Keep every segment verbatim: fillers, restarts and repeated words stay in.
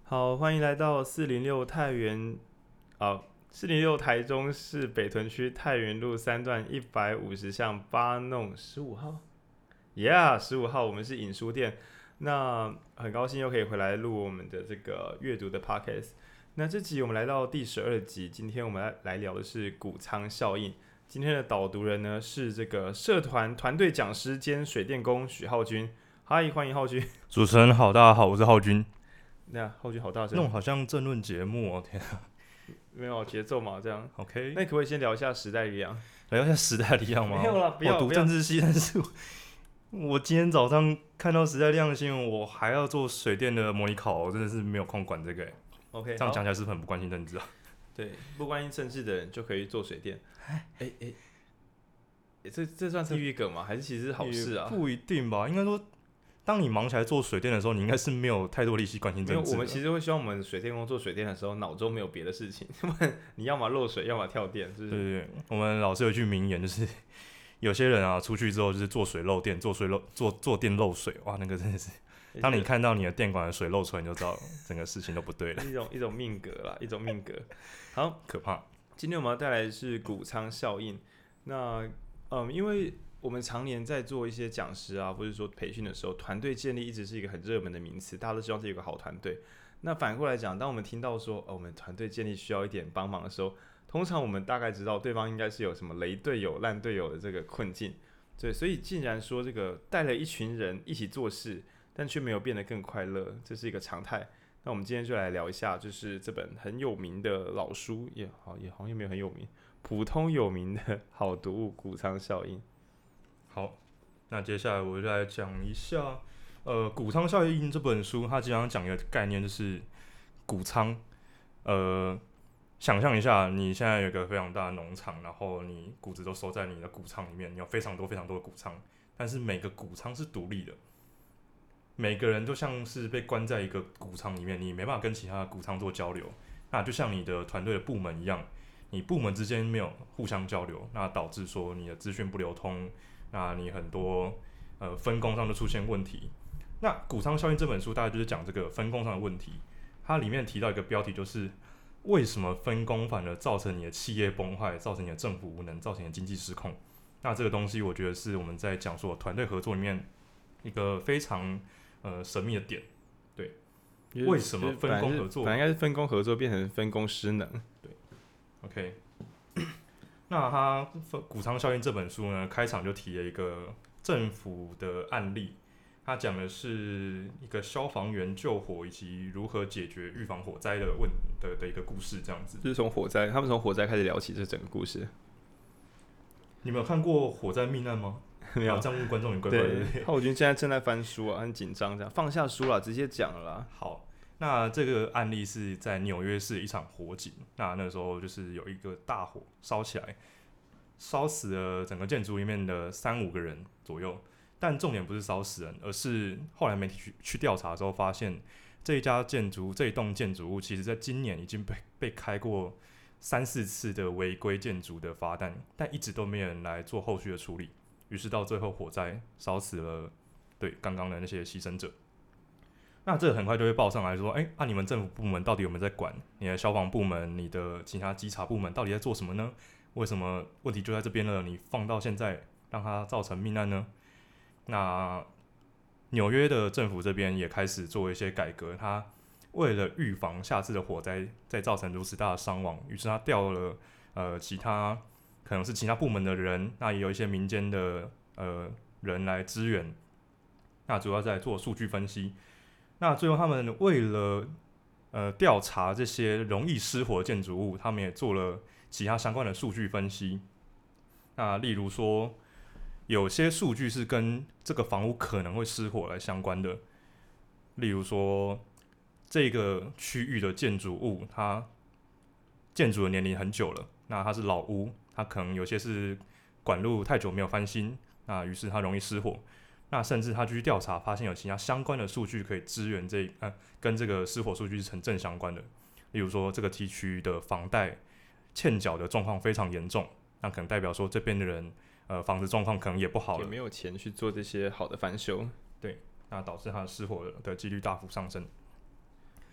好，欢迎来到四零六太原，啊，四零六台中市北屯区太原路三段一百五十巷八弄十五号，Yeah，十五号，我们是影书店。那很高兴又可以回来录我们的这个阅读的 Podcast。那这集我们来到第十二集，今天我们来来聊的是谷仓效应。今天的导读人呢是这个社团团队讲师兼水电工许浩君。嗨，欢迎浩君。 主持人好，大家好，我是浩君。 那浩君好大声， 那种好像政论节目哦，天啊！ 没有节奏嘛，这样。 OK， 那你可不可以先聊一下时代力量？ 聊一下时代力量吗？ 没有啦，不要。 我读政治系，但是我我今天早上看到时代力量的新闻，我还要做水电的模拟考，我真的是没有空管这个。 OK， 这样讲起来是不是很不关心政治啊？ 对，不关心政治的人就可以做水电。哎哎、欸欸，这这算地狱梗吗？还是其实是好事啊？ 不一定吧，应该说。当你忙起来做水电的时候，你应该是没有太多力气关心政治的。 我们其实会希望我们水电工做水电的时候，脑中没有别的事情，因为你要么漏水，要么跳电，是不是？ 对对对，我们老师有一句名言，就是有些人啊，出去之后就是做水漏电，做水漏做做电漏水，哇，那个真的是，当你看到你的电管的水漏出来，你就知道整个事情都不对了。 一种一种命格啦，一种命格。好， 可怕。 今天我们要带来的是谷仓效应。那嗯，因为我们常年在做一些讲师啊，或者说培训的时候，团队建立一直是一个很热门的名词，大家都希望是有个好团队。那反过来讲，当我们听到说、哦、我们团队建立需要一点帮忙的时候，通常我们大概知道对方应该是有什么雷队友、烂队友的这个困境。对，所以竟然说这个带了一群人一起做事，但却没有变得更快乐，这是一个常态。那我们今天就来聊一下，就是这本很有名的老书，也好也好像也没有很有名，普通有名的好读物《谷仓效应》。 好，那接下来我就来讲一下，呃，《谷仓效应》这本书，它基本上讲一个概念，就是谷仓。呃，想象一下，你现在有一个非常大的农场，然后你谷子都收在你的谷仓里面，你有非常多非常多的谷仓，但是每个谷仓是独立的，每个人都像是被关在一个谷仓里面，你没办法跟其他的谷仓做交流。那就像你的团队的部门一样，你部门之间没有互相交流，那导致说你的资讯不流通。那你很多呃分工上就出现问题。那《谷仓效应》这本书大概就是讲这个分工上的问题。它里面提到一个标题，就是为什么分工反而造成你的企业崩坏，造成你的政府无能，造成你的经济失控。那这个东西，我觉得是我们在讲说团队合作里面一个非常呃神秘的点。对，为什么分工合作？ 本来应该是分工合作变成分工失能。 对 ，OK。那他《谷仓效应》这本书呢，开场就提了一个政府的案例，他讲的是一个消防员救火以及如何解决预防火灾的问 的, 的一个故事，这样子。 就是从火灾，他们从火灾开始聊起这整个故事。 你们有看过火灾命案吗？ 没有， 这样问观众你怪怪的。 对，浩君现在正在翻书啊，很紧张，这样放下书了，直接讲了啦。 好。那这个案例是在纽约市一场火警，那那时候就是有一个大火烧起来，烧死了整个建筑里面的三五个人左右。但重点不是烧死人，而是后来媒体 去, 去调查之后发现，这一家建筑这一栋建筑物，其实在今年已经 被, 被开过三四次的违规建筑的罚单，但一直都没有人来做后续的处理。于是到最后火灾烧死了对刚刚的那些牺牲者。那这个很快就会报上来说，哎、欸，啊，你们政府部门到底有没有在管？你的消防部门、你的其他稽查部门到底在做什么呢？为什么问题就在这边了？你放到现在，让它造成命案呢？那纽约的政府这边也开始做一些改革，他为了预防下次的火灾再造成如此大的伤亡，于是他调了呃其他可能是其他部门的人，那也有一些民间的呃人来支援，那主要在做数据分析。那最后他们为了呃调查这些容易失火的建筑物，他们也做了其他相关的数据分析。那例如说，有些数据是跟这个房屋可能会失火来相关的，例如说这个区域的建筑物，它建筑的年龄很久了，那它是老屋，它可能有些是管路太久没有翻新，那于是它容易失火。那甚至他继续调查，发现有其他相关的数据可以支援这呃跟这个失火数据是成正相关的。例如说，这个地区的房贷欠缴的状况非常严重，那可能代表说这边的人呃房子状况可能也不好了， 也没有钱去做这些好的翻修。 对，那导致他的失火的几率大幅上升。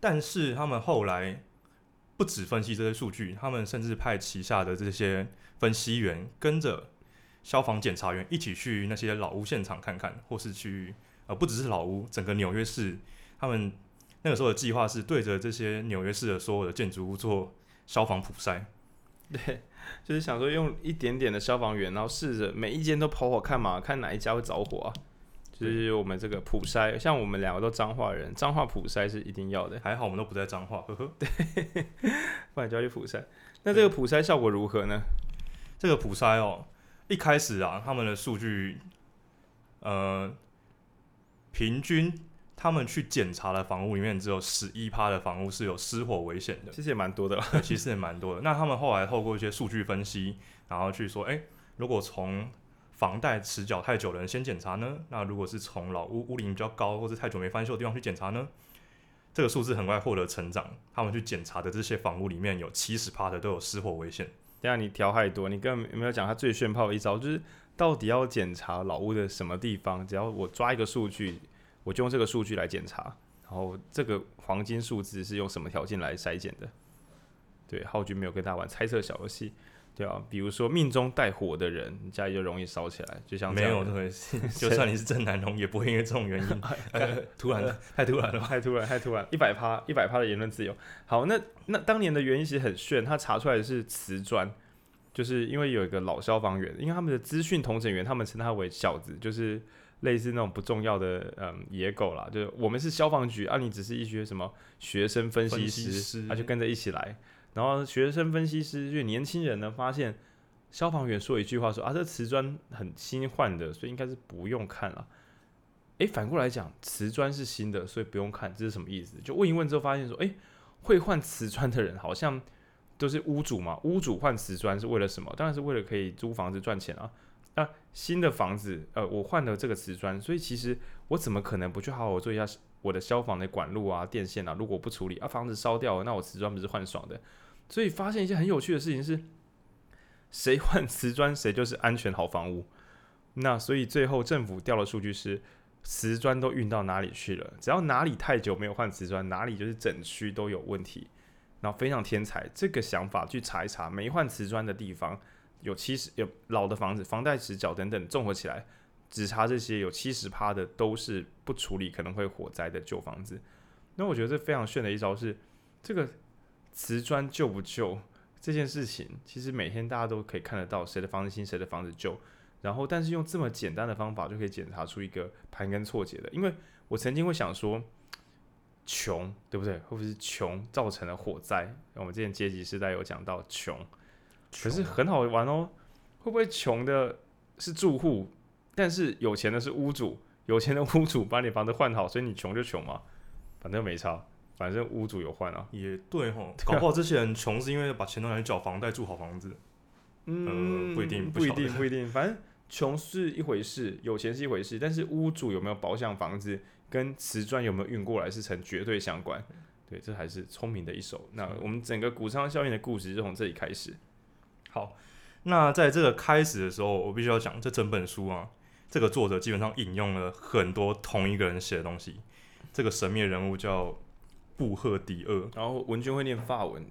但是他们后来不只分析这些数据，他们甚至派旗下的这些分析员跟着消防检查员一起去那些老屋现场看看，或是去呃不只是老屋，整个纽约市，他们那个时候的计划是对着这些纽约市的所有的建筑物做消防普筛。 对，就是想说用一点点的消防员，然后试着每一间都跑跑看嘛，看哪一家会着火啊。就是我们这个普筛，像我们两个都彰化人，彰化普筛是一定要的。 还好我们都不在彰化，呵呵。 对，不然就要去普筛。那这个普筛效果如何呢？ 这个普筛哦，一开始啊，他们的数据，呃，平均他们去检查的房屋里面，只有十一趴的房屋是有失火危险的。 其实也蛮多的， 对，其实也蛮多的。那他们后来透过一些数据分析，然后去说，哎、欸，如果从房贷持缴太久的人先检查呢？那如果是从老屋屋龄比较高或是太久没翻修的地方去检查呢？这个数字很快获得成长。他们去检查的这些房屋里面有 百分之七十 的都有失火危险。 等下你调太多，你根本没有讲他最炫炮的一招，就是到底要检查老屋的什么地方？只要我抓一个数据，我就用这个数据来检查。然后这个黄金数字是用什么条件来筛检的？对，浩君没有跟大家玩猜测小游戏。对啊，比如说命中带火的人，家里就容易烧起来，就像这样没有这回事。就算你是正男童，也不会因为这种原因，呃、突然太突然了， 太突然，太突然，一百趴，一百趴的言论自由。好，那那当年的原因其实很炫，他查出来的是瓷砖，就是因为有一个老消防员，因为他们的资讯统整员，他们称他为小子，就是类似那种不重要的嗯野狗啦，就是我们是消防局啊，你只是一些什么学生分析师，他、啊、就跟着一起来。然后学生分析师就是年轻人呢，发现消防员说一句话说啊，这瓷砖很新换的，所以应该是不用看了。哎，反过来讲，瓷砖是新的，所以不用看，这是什么意思？就问一问之后发现说，哎，会换瓷砖的人好像都是屋主嘛，屋主换瓷砖是为了什么？当然是为了可以租房子赚钱啊。那新的房子，呃，我换了这个瓷砖，所以其实我怎么可能不去好好做一下我的消防的管路啊、电线啊？如果不处理啊，房子烧掉了，那我瓷砖不是换爽的？所以发现一件很有趣的事情是，谁换瓷砖谁就是安全好房屋。那所以最后政府调的数据是，瓷砖都运到哪里去了？只要哪里太久没有换瓷砖，哪里就是整区都有问题。然后非常天才，这个想法去查一查，没换瓷砖的地方有七十有老的房子，房贷迟缴等等，综合起来，只查这些有七十趴的都是不处理可能会火灾的旧房子。那我觉得这非常炫的一招是这个。瓷砖旧不旧这件事情，其实每天大家都可以看得到谁的房子新，谁的房子旧。然后，但是用这么简单的方法就可以检查出一个盘根错节的。因为我曾经会想说，穷对不对？会不会是穷造成了火灾？我们之前阶级时代有讲到穷，可是很好玩哦。会不会穷的是住户，但是有钱的是屋主？有钱的屋主把你房子换好，所以你穷就穷嘛，反正没差。反正屋主有换啊， 也对吼，搞不好这些人穷是因为把钱都拿去缴房贷，住好房子。嗯、呃，不一定， 不一定，不一定。反正穷是一回事，有钱是一回事，但是屋主有没有保障房子，跟瓷砖有没有运过来是成绝对相关。对，这还是聪明的一手。那我们整个谷仓效应的故事就从这里开始。 好，那在这个开始的时候，我必须要讲，这整本书啊，这个作者基本上引用了很多同一个人写的东西。这个神秘人物叫布赫迪厄， 然后文君会念法文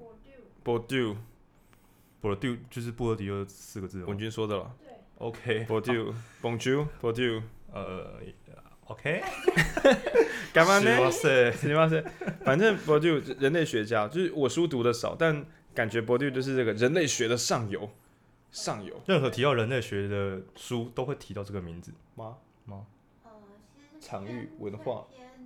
，Bourdieu， Bourdieu 就是布赫迪厄四个字。 文君说的了。 OK，Bourdieu，Bonjour，Bourdieu， 呃 ，OK， 干嘛呢？ 是吗？是，反正 Bourdieu 人类学家，就是我书读的少，但感觉 Bourdieu 就是这个人类学的上游，上游。 任何提到人类学的书都会提到这个名字吗？ 吗？ 呃，其实场域文化。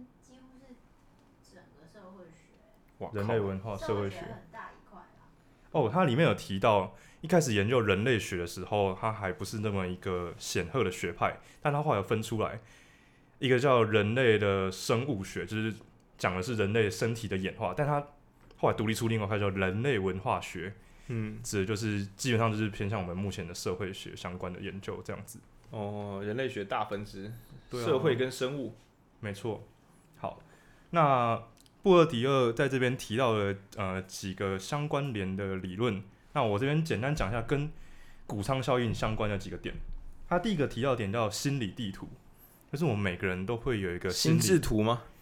人类文化社会学很大一块哦，它里面有提到，一开始研究人类学的时候，它还不是那么一个显赫的学派，但它后来有分出来，一个叫人类的生物学，就是讲的是人类身体的演化，但它后来独立出另外一块叫人类文化学， 嗯， 指的就是基本上就是偏向我们目前的社会学相关的研究这样子。 哦，人类学大分支， 对啊， 社会跟生物， 没错。好，那布赫迪厄在这边提到了呃几个相关联的理论，那我这边简单讲一下跟谷仓效应相关的几个点。他第一个提到的点叫心理地图，就是我们每个人都会有一个心智图吗？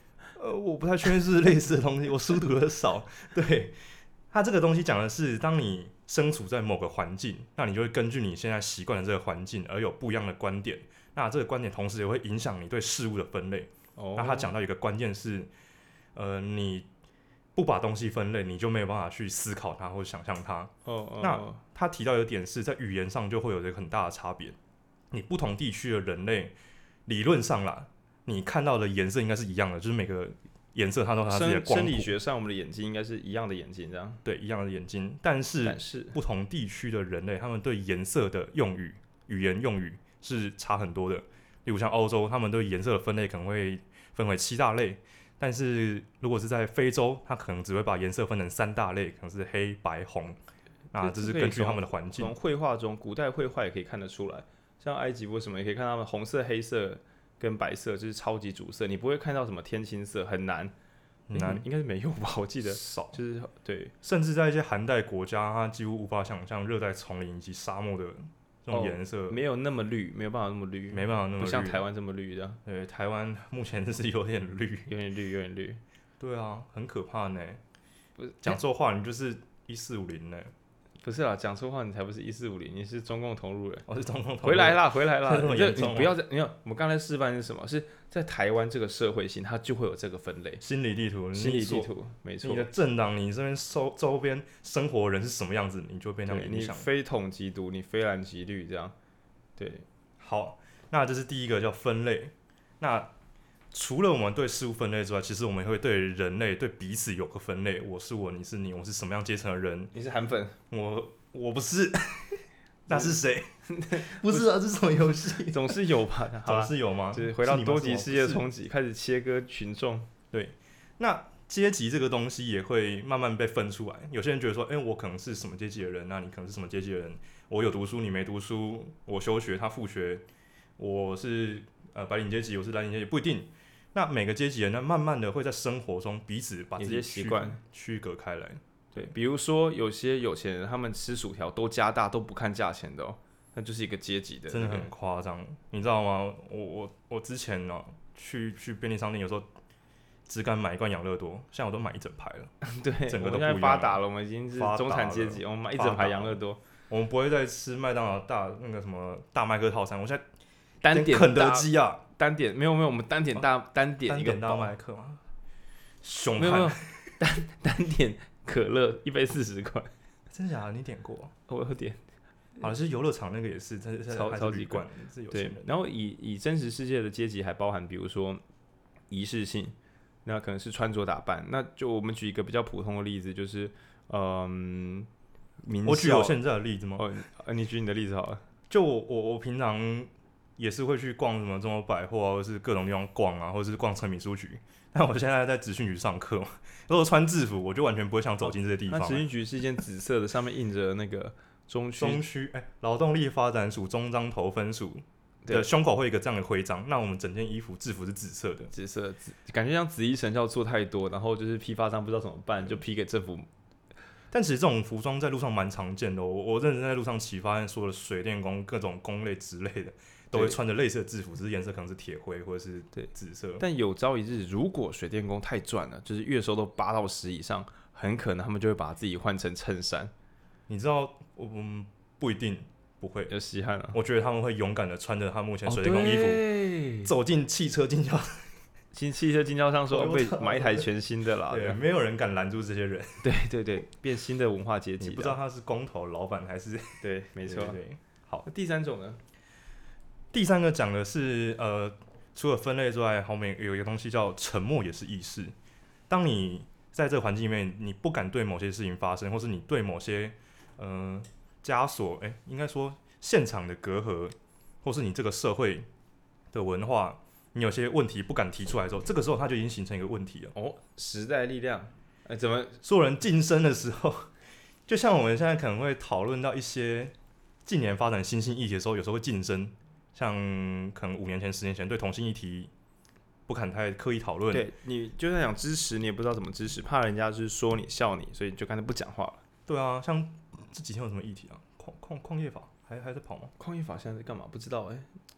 呃，我不太确定是类似的东西，我书读的少。对，它这个东西讲的是，当你身处在某个环境，那你就会根据你现在习惯的这个环境而有不一样的观点。那这个观点同时也会影响你对事物的分类。 哦， 那他讲到一个关键是，呃，你不把东西分类，你就没有办法去思考它或者想象它。 哦哦， 那他提到一个点是在语言上就会有一个很大的差别。你不同地区的人类，理论上啦，你看到的颜色应该是一样的，就是每个颜色它都有它自己的光谱。 生理学上，我们的眼睛应该是一样的眼睛，这样对，一样的眼睛，但是但是不同地区的人类，他们对颜色的用语、语言用语是差很多的。例如像欧洲，他们对颜色的分类可能会分为七大类，但是如果是在非洲，它可能只会把颜色分成三大类，可能是黑白红。那这是根据他们的环境。 从绘画中，古代绘画也可以看得出来，像埃及为什么也可以看到他们红色、黑色跟白色就是超级主色，你不会看到什么天青色，很难。 很难， 应该是没有吧？我记得少， 就是对， 甚至在一些寒带国家，它几乎无法想象热带丛林以及沙漠的这种颜色， 哦，没有那么绿，没有办法那么绿， 没办法那么绿， 不像台湾这么绿的。 对，台湾目前是有点绿， 有点绿，有点绿。 对啊，很可怕呢。 不是讲错话，你就是一四五零呢。 不是啦，讲错话你才不是一四五零，你是中共投入人。 我是中共投入人。 回来啦，回来啦！ 你这你不要再，你看我们刚才示范是什么？是在台湾这个社会性，它就会有这个分类。 心理地图， 心理地图，没错。 你的政党，你这边周周边生活人是什么样子，你就会被他们影响。 你非统即独，你非蓝即绿，这样。对， 好，那这是第一个叫分类。那除了我们对事物分类之外，其实我们会对人类、对彼此有个分类。我是我，你是你，我是什么样阶层的人？ 你是韩粉， 我我不是，那是谁？不是啊，这是什么游戏？ 总是有吧？ 总是有吗？ 就是回到多级世界冲击，开始切割群众。 对，那阶级这个东西也会慢慢被分出来。有些人觉得说，哎、欸，我可能是什么阶级的人，那你可能是什么阶级的人？我有读书，你没读书；我休学，他复学；我是呃白领阶级，我是蓝领阶级，不一定。那每个阶级人呢，慢慢的会在生活中彼此把自己习惯区隔开来。 对，比如说有些有钱人，他们吃薯条都加大，都不看价钱的哦，那就是一个阶级的、那個， 真的很夸张，你知道吗？我我我之前呢、喔、去去便利商店，有时候只敢买一罐养乐多，现在我都买一整排了。 对， 整个都不一样了。 我们现在发达了，我们已经是中产阶级，我们买一整排养乐多。 我们不会再吃麦当劳大那个什么大麦克套餐，我现在单点肯德基啊， 单点没有没有，我们单点大、啊、单点一个大麦克吗？凶悍， 没有没有单单点。可乐一杯四十块， 真的假的？你点过？ 我有点。 好像是游乐场那个也是， 超超级贵。对，然后以以真实世界的阶级还包含，比如说仪式性，那可能是穿着打扮。那就我们举一个比较普通的例子，就是嗯， 我举我现在的例子吗？ 哦，你举你的例子好了。 就我我我平常也是会去逛什么中国百货啊，或者是各种地方逛啊，或者是逛诚品书局。但我现在在职训局上课嘛，如果穿制服，我就完全不会想走进这些地方、欸。 那职训局是一件紫色的，上面印着那个中区中区哎，劳动力发展署中彰投分署的胸口会有一个这样的徽章。那我们整件衣服制服是紫色的， 紫色紫，感觉像紫衣神教做太多，然后就是批发商不知道怎么办，就批给政府。 但其实这种服装在路上蛮常见的、哦，我我认真在路上骑，发现所有的水电工、各种工类之类的。都会穿着类似的制服，只是颜色可能是铁灰或者是紫色。 但有朝一日，如果水电工太赚了，就是月收都八到十以上，很可能他们就会把自己换成衬衫。 你知道，嗯，不一定不会， 有稀罕了。 我觉得他们会勇敢的穿着他目前水电工衣服，哦、走进汽车经销新汽车经销商说会买一台全新的啦。 对，没有人敢拦住这些人。 对对对，变新的文化阶级。 你不知道他是工头老板还是？ 对，没错。 对， 好，那第三种呢？ 第三个讲的是，呃，除了分类之外，后面有一个东西叫沉默也是意识。当你在这个环境里面，你不敢对某些事情发生，或是你对某些呃枷锁，哎、欸，应该说现场的隔阂，或是你这个社会的文化，你有些问题不敢提出来的时候，这个时候它就已经形成一个问题了。 哦，时代力量，哎、欸，怎么所有人晋升的时候，就像我们现在可能会讨论到一些近年发展新兴议题的时候，有时候会晋升。像可能五年前、十年前对同性议题不敢太刻意讨论， 对你就算想支持，你也不知道怎么支持，怕人家就是说你、笑你，所以就干脆不讲话了。 对啊，像这几天有什么议题啊？矿矿矿业法还还在跑吗？ 矿业法现在在干嘛？不知道哎、欸。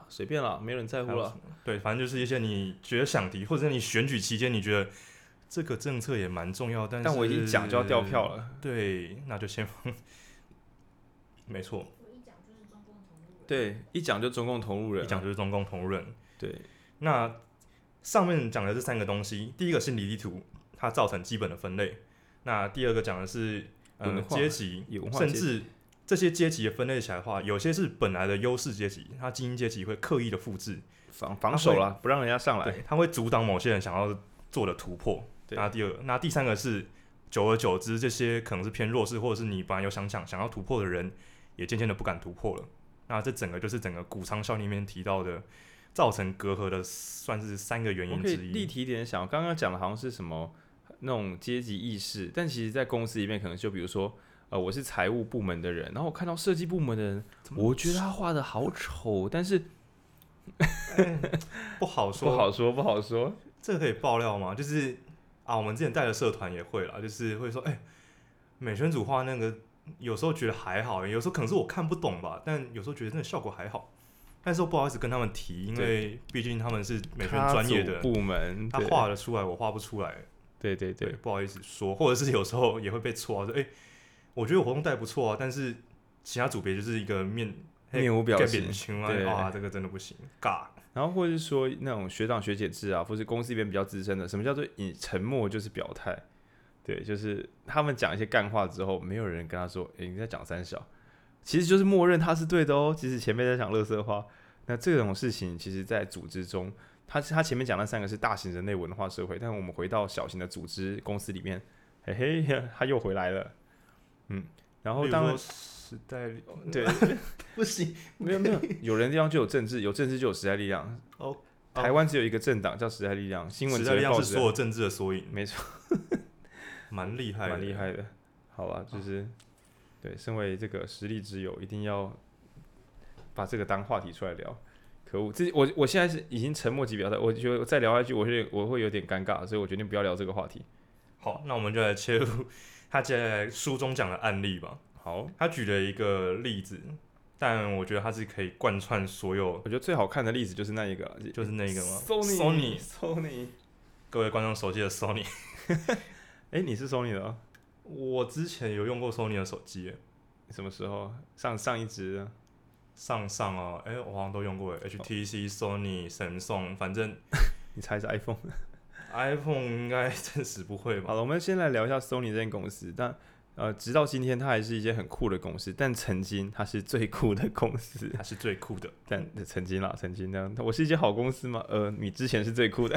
啦，随便啦，没人在乎了。 对，反正就是一些你觉得想提，或者你选举期间你觉得这个政策也蛮重要，但是但我已经讲就要掉票了。 对，那就先放。没错。 对，一讲就中共同路人， 一讲就是中共同路人。 对， 那上面讲的这三个东西，第一个是离地图，它造成基本的分类。那第二个讲的是呃阶级，甚至这些阶级的分类起来的话，有些是本来的优势阶级，它精英阶级会刻意的复制， 防防守啦，不让人家上来， 它会阻挡某些人想要做的突破。那第二个，那第三个是久而久之，这些可能是偏弱势，或者是你本来有想想想要突破的人，也渐渐的不敢突破了。那这整个就是整个谷仓效应里面提到的造成隔阂的，算是三个原因之一。 我可以立体一点想，刚刚讲的好像是什么那种阶级意识，但其实在公司里面可能就比如说，呃，我是财务部门的人，然后我看到设计部门的人，我觉得他画的好丑，但是、 欸、不好说， 不好说，不好说。 这个可以爆料吗？就是啊，我们之前带的社团也会啦，就是会说，哎、欸，美宣组画那个。有时候觉得还好，有时候可能是我看不懂吧，但有时候觉得那个效果还好，但是我不好意思跟他们提，因为毕竟他们是美宣专业的部门， 他画得出来，我画不出来。 对对 对, 对，不好意思说，或者是有时候也会被戳啊，说哎、欸，我觉得我活动带不错啊，但是其他组别就是一个面面无表情啊，啊，这个真的不行，尬。 然后或者是说那种学长学姐制啊，或是公司里边比较资深的，什么叫做以沉默就是表态？对，就是他们讲一些干话之后，没有人跟他说：“欸，你在讲三小。”其实就是默认他是对的哦。其实前面在讲垃圾话，那这种事情，其实在组织中，他他前面讲那三个是大型人类文化社会，但我们回到小型的组织公司里面，嘿嘿，他又回来了。嗯，然后当然时代力对不行， 没有没有，有人地方就有政治，有政治就有时代力量。 哦， 台湾只有一个政党叫时代力量，新闻时代力量是所有政治的缩影， 没错。 蛮厉害的， 蛮厉害的。好吧，就是、啊、对，身为这个实力之友，一定要把这个当话题出来聊。可恶，自己我我现在是已经沉默即表态，我觉得再聊下去，我会我会有点尴尬，所以我决定不要聊这个话题。 好，那我们就来切入他接下来书中讲的案例吧。 好， 他举了一个例子，但我觉得他是可以贯穿所有。 我觉得最好看的例子就是那一个， 就是那个吗 ？Sony Sony， 各位观众熟悉的 Sony。 哎、欸，你是 Sony 的、哦？ 我之前有用过 Sony 的手机， 什么时候？上上一支啊？ 上上啊，哎、欸，我好像都用过 ，H T C、Sony、Samsung， 反正你猜是 iPhone？iPhone 应该暂时不会吧。 好了，我们先来聊一下 Sony 这间公司。但呃，直到今天，它还是一间很酷的公司，但曾经它是最酷的公司， 它是最酷的。 但曾经啦，曾经那样，我是一间好公司吗？呃，你之前是最酷的。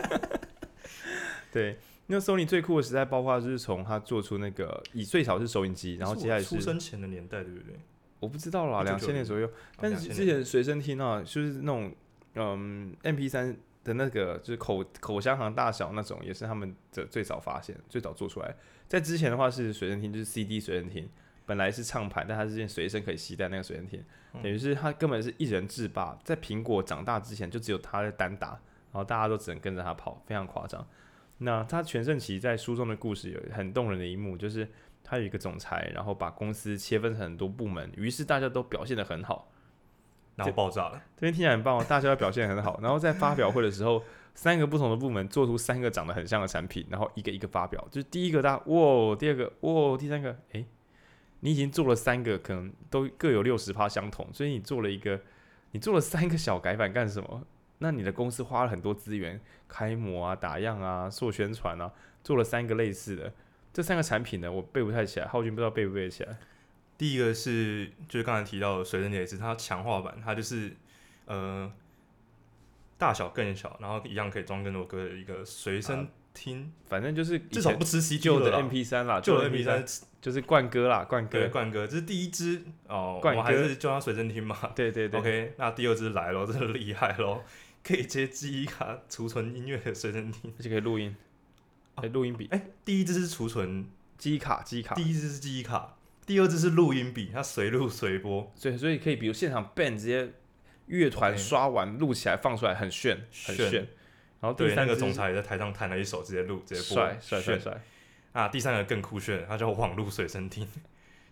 对。那 Sony 最酷的时代，包括就是从他做出那个以最早是收音机，然后接下来是出生前的年代，对不对？ 我不知道啦，两千年左右。但是之前随身听啊，就是那种嗯 M P 三 的那个，就是口口香糖大小那种，也是他们的最早发现、最早做出来。在之前的话是随身听，就是 C D 随身听，本来是唱盘，但它是件随身可以携带那个随身听，等于是他根本是一人制霸。在苹果长大之前，就只有他在单打，然后大家都只能跟着他跑，非常夸张。那他全盛期在书中的故事有很动人的一幕，就是他有一个总裁，然后把公司切分成很多部门，于是大家都表现得很好， 然后爆炸了。 这边听起来很棒，大家都表现得很好，然后在发表会的时候，三个不同的部门做出三个长得很像的产品，然后一个一个发表，就是第一个大家哇，第二个哇，第三个哎、欸，你已经做了三个，可能都各有 百分之六十 相同，所以你做了一个，你做了三个小改版干什么？那你的公司花了很多资源，开模啊、打样啊、做宣传啊，做了三个类似的。这三个产品呢，我背不太起来，浩君不知道背不背得起来。 第一个是就是刚才提到的随身碟子，它强化版，它就是呃大小更小，然后一样可以装更多歌的一个随身听、啊， 反正就是至少不吃 C D 旧的 M P 三 啦， 旧的 M P 三就是灌歌啦，灌歌， 对，灌歌，这是第一支哦， 灌歌我还是叫它随身听嘛。 对对对 ，OK， 那第二支来咯，真的厉害咯，可以接记忆卡储存音乐的随身听， 而且可以录音，哎、录、欸、音笔， 哎、欸，第一支是储存记忆卡，记忆卡， 第一支是记忆卡，第二支是录音笔，它随录随播， 所以所以可以，比如现场 band 直接乐团刷完录、okay. 起来放出来，很炫，很炫。然后第三对，那个总裁也在台上弹了一首，直接录，直接播， 帅帅帅帅。 啊，第三个更酷炫，它叫网路随身听，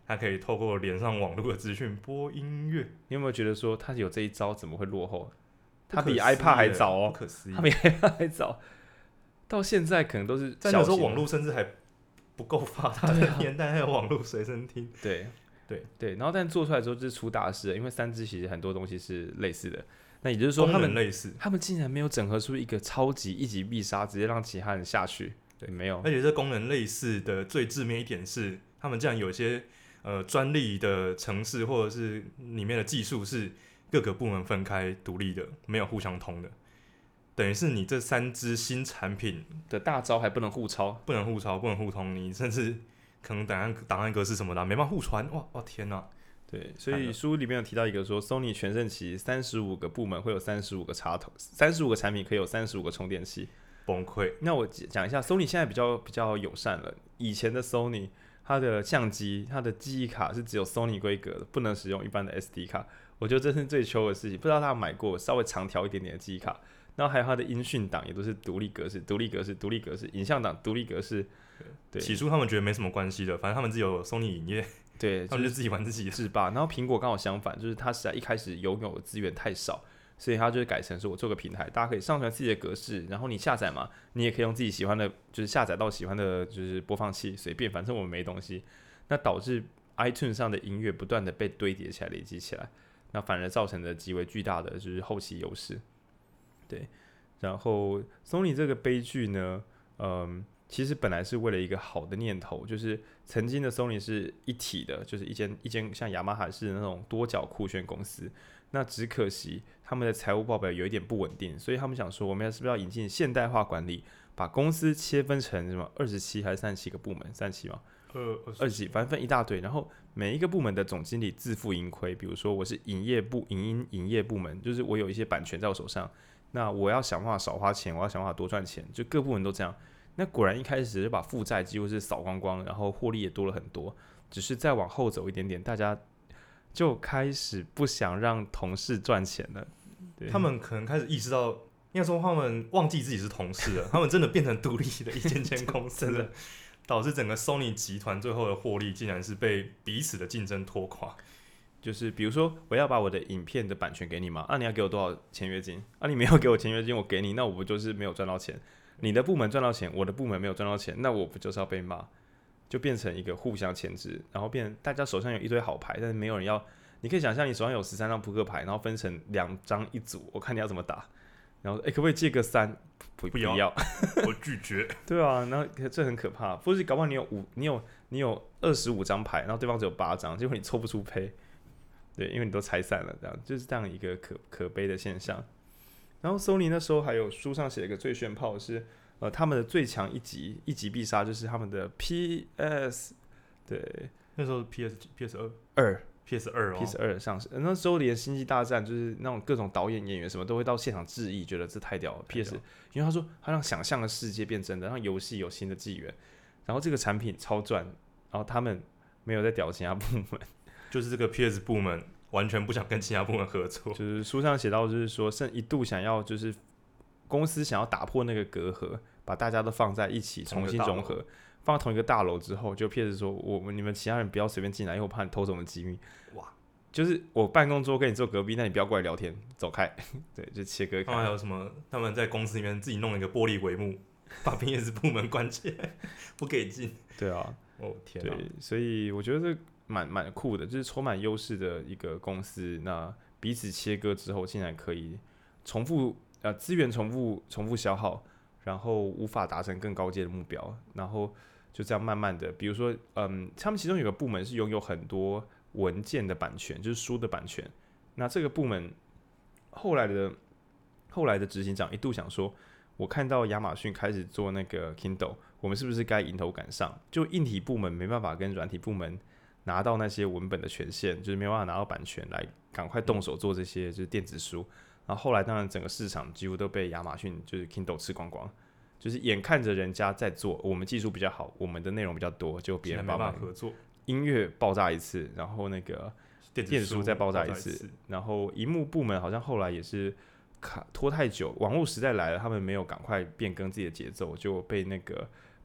它可以透过连上网络的资讯播音乐。 你有没有觉得说它有这一招怎么会落后？它比不可思议 iPad 还早哦， 不可思议它比 iPad 还早，到现在可能都是在那时候小型的网络甚至还不够发达的年代，还有网络随身听。 对对对，然后但做出来之后就是出大事了，因为三只其实很多东西是类似的。那也就是说，他功们能类似， 他们竟然没有整合出一个超级一击必杀，直接让其他人下去。对，没有。 而且这功能类似的最致命一点是，他们竟然有一些呃专利的程式或者是里面的技术是各个部门分开独立的，没有互相通的。等于是你这三支新产品的大招还不能互抄， 不能互抄，不能互通，你甚至可能档案档案格式什么的没办法互传。哇哇天哪！ 对，所以书里面有提到一个说 ，Sony 全盛期三十五个部门会有三十五个插头，三十五个产品可以有三十五个充电器， 崩溃。 那我讲一下 ，Sony 现在比较比较友善了。以前的 Sony 它的相机、它的记忆卡是只有 Sony 规格的，不能使用一般的 S D 卡。我觉得这是最糗的事情，不知道大家有买过稍微长条一点点的记忆卡。然后还有它的音讯档也都是独立格式、独立格式、独立格式，影像档独立格式。对， 起初他们觉得没什么关系的，反正他们自己有 Sony 影业。 对， 他们就自己玩自己的制霸。然后苹果刚好相反，就是它实在一开始拥有的资源太少，所以它就改成说我做个平台，大家可以上传自己的格式，然后你下载嘛，你也可以用自己喜欢的，就是下载到喜欢的，就是播放器随便，反正我们没东西。那导致 iTunes 上的音乐不断的被堆叠起来、累积起来，那反而造成了极为巨大的就是后期优势。对，然后 Sony 这个悲剧呢，嗯。其实本来是为了一个好的念头，就是曾经的 Sony 是一体的，就是一间一间像雅马哈式的那种多角酷炫公司。那只可惜他们的财务报表有一点不稳定，所以他们想说，我们是不是要引进现代化管理，把公司切分成什么二十七还是三十七个部门？三十七吗？ 呃， 二十七，反正分一大堆，然后每一个部门的总经理自负盈亏。比如说我是营业部、影音营业部门，就是我有一些版权在我手上，那我要想办法少花钱，我要想办法多赚钱，就各部门都这样。那果然一开始就把负债几乎是扫光光，然后获利也多了很多。只是再往后走一点点，大家就开始不想让同事赚钱了。 他们可能开始意识到，应该说他们忘记自己是同事了，他们真的变成独立的一间间公司了，导致整个 Sony 集团最后的获利竟然是被彼此的竞争拖垮。 就是比如说，我要把我的影片的版权给你嘛，啊，你要给我多少签约金？啊，你没有给我签约金，我给你，那我不就是没有赚到钱？你的部门赚到钱，我的部门没有赚到钱，那我不就是要被骂？就变成一个互相牵制，然后变成大家手上有一堆好牌，但是没有人要。你可以想象，你手上有十三张扑克牌，然后分成两张一组，我看你要怎么打。然后，哎、欸，可不可以借个三？不，不要， 我拒绝。 对啊，那这很可怕。或是搞不好你有五，你有你有二十五张牌，然后对方只有八张，结果你抽不出胚。对，因为你都拆散了，这样就是这样一个可可悲的现象。然后 Sony 那时候还有书上写了一个最炫炮的是，呃，他们的最强一击一击必杀就是他们的 P S， 对， 那时候 P S P S 二二 P S 二哦 P S 二上市，那时候连星际大战就是那种各种导演演员什么都会到现场致意，觉得这太屌了。P S， 因为他说他让想象的世界变真的，让游戏有新的纪元，然后这个产品超赚，然后他们没有在屌其他部门， 就是这个 P S 部门。完全不想跟其他部门合作， 就是书上写到，就是说，甚一度想要，就是公司想要打破那个隔阂，把大家都放在一起，重新融合，放在同一个大楼之后，就P S说，我们你们其他人不要随便进来，因为我怕你偷走我们机密。哇，就是我办公桌跟你坐隔壁，那你不要过来聊天，走开。对，就切割开。 他们还有什么？他们在公司里面自己弄了一个玻璃帷幕，把 P S 部门关起来，不给进。 对啊， 哦天啊！ 对，所以我觉得这。蛮蛮酷的，就是充满优势的一个公司。那彼此切割之后，竟然可以重复呃资源重复重复消耗，然后无法达成更高阶的目标，然后就这样慢慢的，比如说嗯，他们其中有个部门是拥有很多文件的版权，就是书的版权。那这个部门后来的后来的执行长一度想说，我看到亚马逊开始做那个 Kindle， 我们是不是该迎头赶上？就硬体部门没办法跟软体部门拿到那些文本的权限，就是没办法拿到版权来赶快动手做这些就是电子书。然后后来当然整个市场几乎都被亚马逊就是 Kindle 吃光光，就是眼看着人家在做，我们技术比较好，我们的内容比较多，就别人没办法合作， 音乐爆炸一次，然后那个电子书再爆炸一次，然后萤幕部门好像后来也是卡拖太久，网络时代来了，他们没有赶快变更自己的节奏，就被那个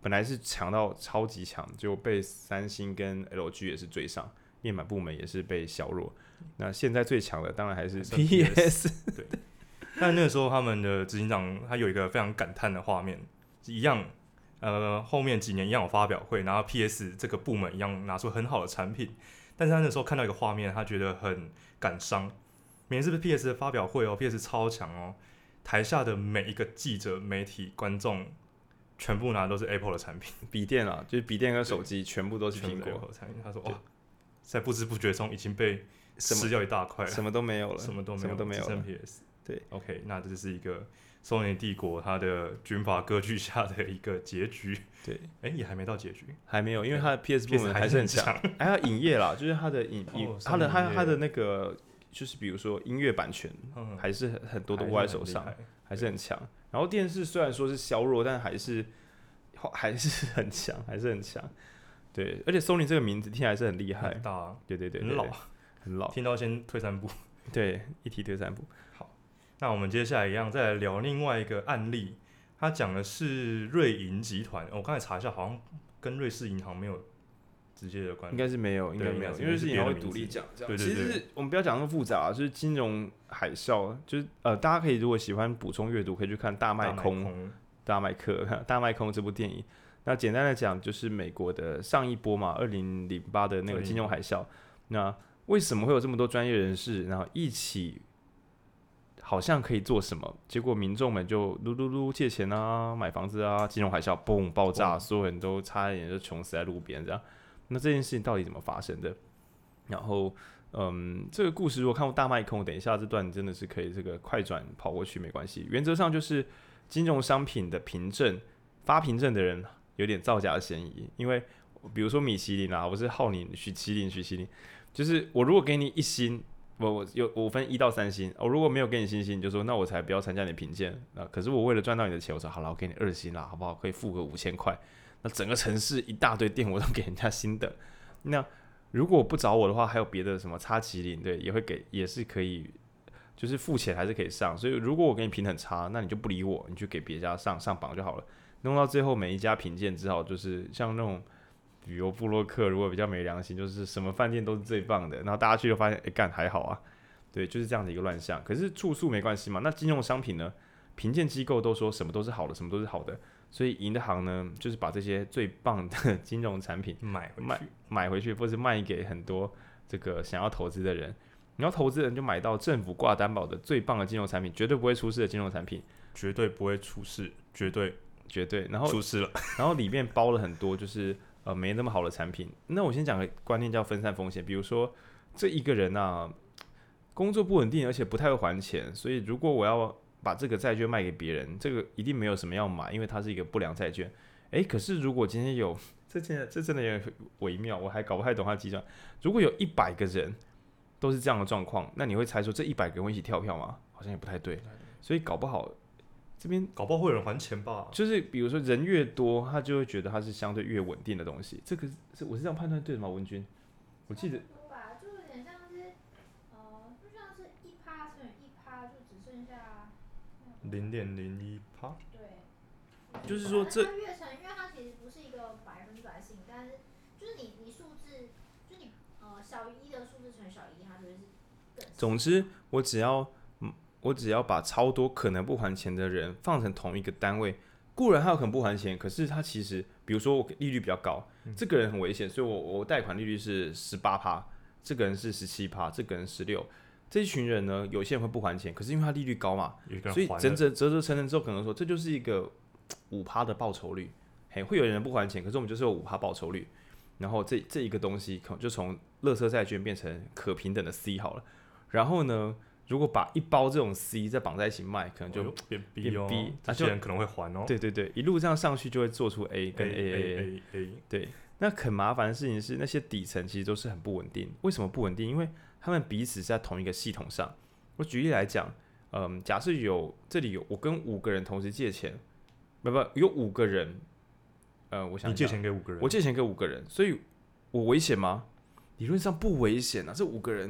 本来是强到超级强，结果被三星跟 L G 也是追上，面板部门也是被削弱。那现在最强的当然还是 P S。 对，但那个时候他们的执行长他有一个非常感叹的画面，一样，呃，后面几年一样有发表会，然后 P S 这个部门一样拿出很好的产品，但是他那时候看到一个画面，他觉得很感伤。每次 P S 的发表会哦 ，P S 超强哦，台下的每一个记者、媒体、观众，全部拿的都是 Apple 的产品， 笔电啊，就是笔电跟手机全部都是苹果产品。他说哇，在不知不觉中已经被吃掉一大块了， 什么都没有了， 什么都没有， 什么都没有了， 只剩 P S。 对 ，OK， 那这就是一个Sony帝国它的军阀割据下的一个结局。 对， 哎、欸，也还没到结局， 还没有，因为它的 P S 部门还是很强，还有影业啦，就是它的影，哦、它的它它的那个，就是比如说音乐版权，嗯、还是很多都握在手上，还是很强。然后电视虽然说是削弱，但还是还是很强，还是很强。对，而且 Sony 这个名字听起来是很厉害， 很大、啊， 对对对， 很老， 很老， 听到先退三步。 对，一提退三步。 好，那我们接下来一样再来聊另外一个案例。他讲的是瑞银集团，我刚才查一下，好像跟瑞士银行没有直接的关系， 应该是没有，应该没有，因为瑞士银行会独立讲。 对对对， 其实我们不要讲那么复杂，就是金融海啸，就是呃，大家可以如果喜欢补充阅读，可以去看《大卖空》、《大麦克》、《大卖空》这部电影。那简单的讲，就是美国的上一波嘛，二零零八的那个金融海啸。那为什么会有这么多专业人士，然后一起？好像可以做什么，结果民众们就噜噜噜借钱啊，买房子啊，金融海啸嘣爆炸，所有人都差一点就穷死在路边这样。那这件事情到底怎么发生的？然后，嗯，这个故事如果看过大卖空，等一下这段真的是可以这个快转跑过去没关系。原则上就是金融商品的凭证，发凭证的人有点造假的嫌疑，因为比如说米其林啊，我是号你许麒麟，许麒麟，就是我如果给你一星。我我有我分一到三星，我、哦、如果没有给你星星，你就说那我才不要参加你的评鉴啊。可是我为了赚到你的钱，我说好了，我给你二星啦，好不好？可以付个五千块。那整个城市一大堆店我都给人家星的。那如果不找我的话，还有别的什么叉麒麟，对，也会给，也是可以，就是付钱还是可以上。所以如果我给你评很差，那你就不理我，你就给别家上上榜就好了。弄到最后每一家评鉴只好就是像那种。比如部落客如果比较没良心，就是什么饭店都是最棒的，然后大家去就发现，哎干还好啊，对，就是这样的一个乱象。可是住宿没关系嘛，那金融商品呢？评鉴机构都说什么都是好的，什么都是好的，所以银行呢，就是把这些最棒的金融产品买回去， 买买回去，或是卖给很多这个想要投资的人，然后投资人就买到政府挂担保的最棒的金融产品，绝对不会出事的金融产品， 绝对不会出事，绝对绝对，然后出事了， 然后里面包了很多就是。呃，没那么好的产品。那我先讲个观念叫分散风险。比如说，这一个人啊，工作不稳定，而且不太会还钱，所以如果我要把这个债券卖给别人，这个一定没有什么要买，因为它是一个不良债券。诶，可是如果今天有，这真的这真的有点微妙，我还搞不太懂它的计算。如果有一百个人都是这样的状况，那你会猜说这一百个人会一起跳票吗？好像也不太对，所以搞不好。这边搞不好会有人还钱吧？ 就是比如说人越多，他就会觉得它是相对越稳定的东西。这个是我是这样判断对的吗？文君，我记得多吧，就有点像是，呃，就像是一趴乘以一趴，就只剩下零点零一趴。 对， 就是说这它越乘，因为它其实不是一个百分百性，但是就是你你数字，就你呃小于一的数字乘小于一，它就会是更。 总之，我只要。我只要把超多可能不还钱的人放成同一个单位，固然他有可能不还钱，可是他其实，比如说我利率比较高，嗯、这个人很危险，所以我我贷款利率是十八趴，这个人是十七趴，这个人十六，这一群人呢，有些人会不还钱，可是因为他利率高嘛，所以整整折折成成之后，可能说这就是一个五趴的报酬率，嘿，会有人不还钱，可是我们就是有五趴报酬率，然后这这一个东西可能就从垃圾债券变成可平等的 C 好了，然后呢？如果把一包这种 C 再绑在一起卖，可能就变 B 哦， 变 B， 这些人可能会还哦。 对对对，一路这样上去就会做出 A 跟 A A A A A。 对，那很麻烦的事情是，那些底层其实都是很不稳定。为什么不稳定？因为他们彼此是在同一个系统上。我举例来讲，嗯，假设有这里有我跟五个人同时借钱，不不，有五个人，呃，我想你借钱给五个人， 我借钱给五个人，所以我危险吗？理论上不危险啊，这五个人。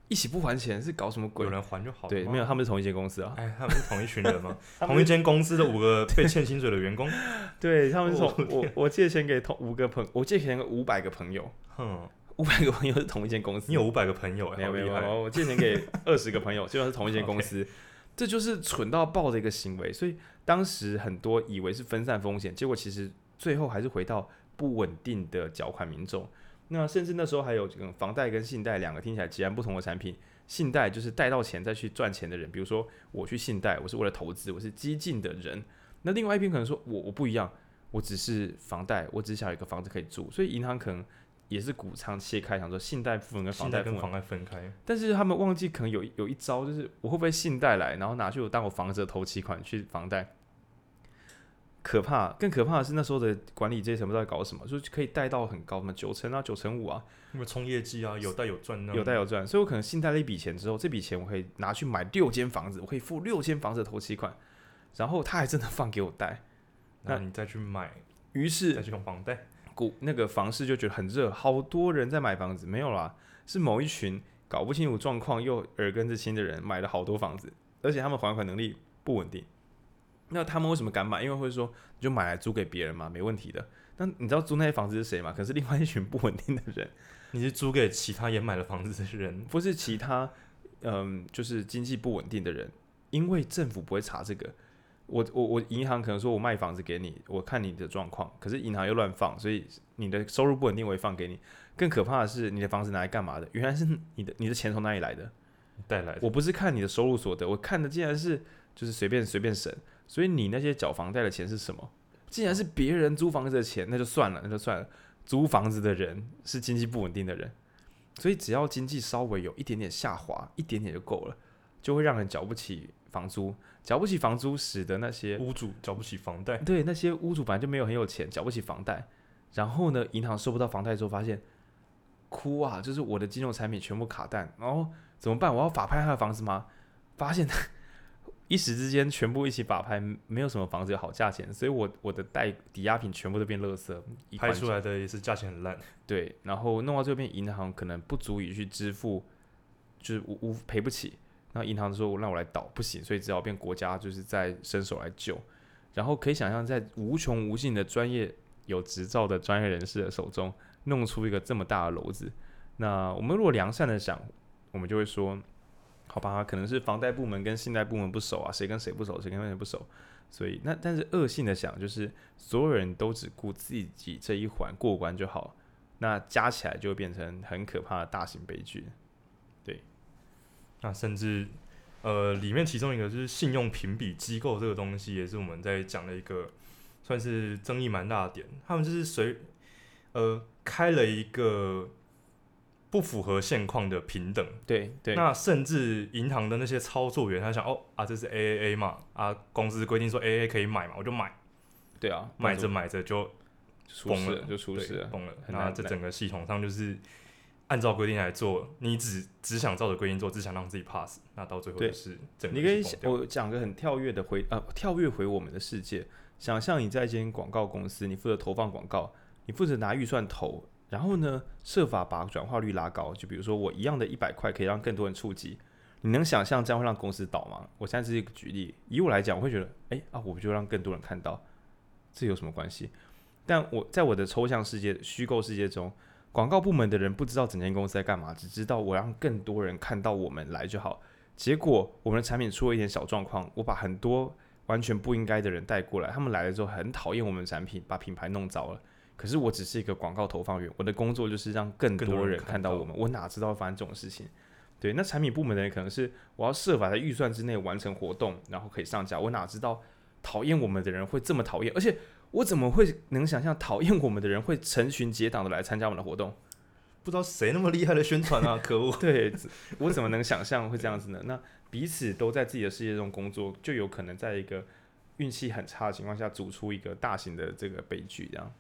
一起不还钱是搞什么鬼？ 有人还就好了。 对，没有，他们是同一间公司啊。 哎，他们是同一群人吗？同一间公司的五个被欠薪水的员工。 对，他们是从、 哦、 我我借钱给同五个朋，我借钱给五百个朋友。 哼， 五百个朋友是同一间公司。 你有五百个朋友、欸， 没有没有， 好厉害我借钱给二十个朋友，基本上是同一间公司。okay. 这就是蠢到爆的一个行为，所以当时很多以为是分散风险，结果其实最后还是回到不稳定的缴款民众。那甚至那时候还有这个房贷跟信贷两个听起来截然不同的产品。信贷就是贷到钱再去赚钱的人，比如说我去信贷，我是为了投资，我是激进的人。那另外一边可能说我我不一样，我只是房贷，我只想有一个房子可以住，所以银行可能也是谷仓切开，想说信贷部分跟房贷部分跟房贷分开。 但是他们忘记可能有有一招，就是我会不会信贷来，然后拿去我当我房子的头期款去房贷。可怕，更可怕的是那时候的管理阶层不知道在搞什么，就是可以贷到很高，什么九成啊、九成五啊， 因为冲业绩啊，有贷有赚， 有贷有赚，所以我可能信贷了一笔钱之后，这笔钱我可以拿去买六间房子，我可以付六间房子的头期款，然后他还真的放给我贷， 那你再去买， 于是再去用房贷， 股那个房市就觉得很热，好多人在买房子，没有啦，是某一群搞不清楚状况又耳根子清的人买了好多房子，而且他们还款能力不稳定。那他们为什么敢买？因为会说你就买来租给别人嘛，没问题的。那你知道租那些房子是谁吗？可是另外一群不稳定的人。 你是租给其他也买了房子的人？ 不是其他，嗯，就是经济不稳定的人。因为政府不会查这个。我我我银行可能说我卖房子给你，我看你的状况，可是银行又乱放，所以你的收入不稳定，我也放给你。更可怕的是，你的房子拿来干嘛的？原来是你的你的钱从哪里来的？ 带来的。 我不是看你的收入所得，我看的竟然是就是随便随便省。所以你那些缴房贷的钱是什么？既然是别人租房子的钱，那就算了，那就算了。租房子的人是经济不稳定的人，所以只要经济稍微有一点点下滑，一点点就够了，就会让人缴不起房租，缴不起房租，使得那些屋主缴不起房贷。 对，那些屋主本来就没有很有钱，缴不起房贷，然后呢，银行收不到房贷之后，发现哭啊，就是我的金融产品全部卡蛋，然后怎么办？我要法拍他的房子吗？发现一时之间全部一起法拍，没有什么房子有好价钱，所以我我的贷抵押品全部都变垃圾， 拍出来的也是价钱很烂。 对，然后弄到这边，银行可能不足以去支付，就是无无赔不起。然后银行说让我来倒，不行，所以只好变国家就是在伸手来救。然后可以想象，在无穷无尽的专业有执照的专业人士的手中，弄出一个这么大的篓子。那我们如果良善的想，我们就会说。好吧，可能是房贷部门跟信贷部门不熟啊，谁跟谁不熟，谁跟谁不熟，所以那但是恶性的想，就是所有人都只顾自己这一环过关就好，那加起来就会变成很可怕的大型悲剧。对， 那甚至呃里面其中一个就是信用评比机构这个东西，也是我们在讲的一个算是争议蛮大的点，他们就是随呃开了一个。不符合现况的平等， 对对， 那甚至银行的那些操作员，他想哦啊，这是 A A A 嘛，啊，公司规定说 A A 可以买嘛，我就买， 对啊， 买着买着就崩了， 就出事了， 崩了。那这整个系统上就是按照规定来做，你只只想照着规定做，只想让自己 pass， 那到最后就是整个。 你可以我讲个很跳跃的回呃跳跃回我们的世界，想象你在一间广告公司，你负责投放广告，你负责拿预算投。然后呢，设法把转化率拉高，就比如说我一样的一百块可以让更多人触及，你能想象这样会让公司倒吗？我现在是一个举例，以我来讲，我会觉得，哎啊，我不就让更多人看到，这有什么关系？但我在我的抽象世界、虚构世界中，广告部门的人不知道整间公司在干嘛，只知道我让更多人看到我们来就好。结果我们的产品出了一点小状况，我把很多完全不应该的人带过来，他们来了之后很讨厌我们的产品，把品牌弄糟了。可是我只是一个广告投放员，我的工作就是让更多人看到我们，我哪知道会发生这种事情？对，那产品部门的人可能是我要设法在预算之内完成活动，然后可以上架，我哪知道讨厌我们的人会这么讨厌？而且我怎么会能想象讨厌我们的人会成群结党的来参加我们的活动？ 不知道谁那么厉害的宣传啊！可恶！ 对，我怎么能想象会这样子呢？那彼此都在自己的世界中工作，就有可能在一个运气很差的情况下，组出一个大型的这个悲剧，这样。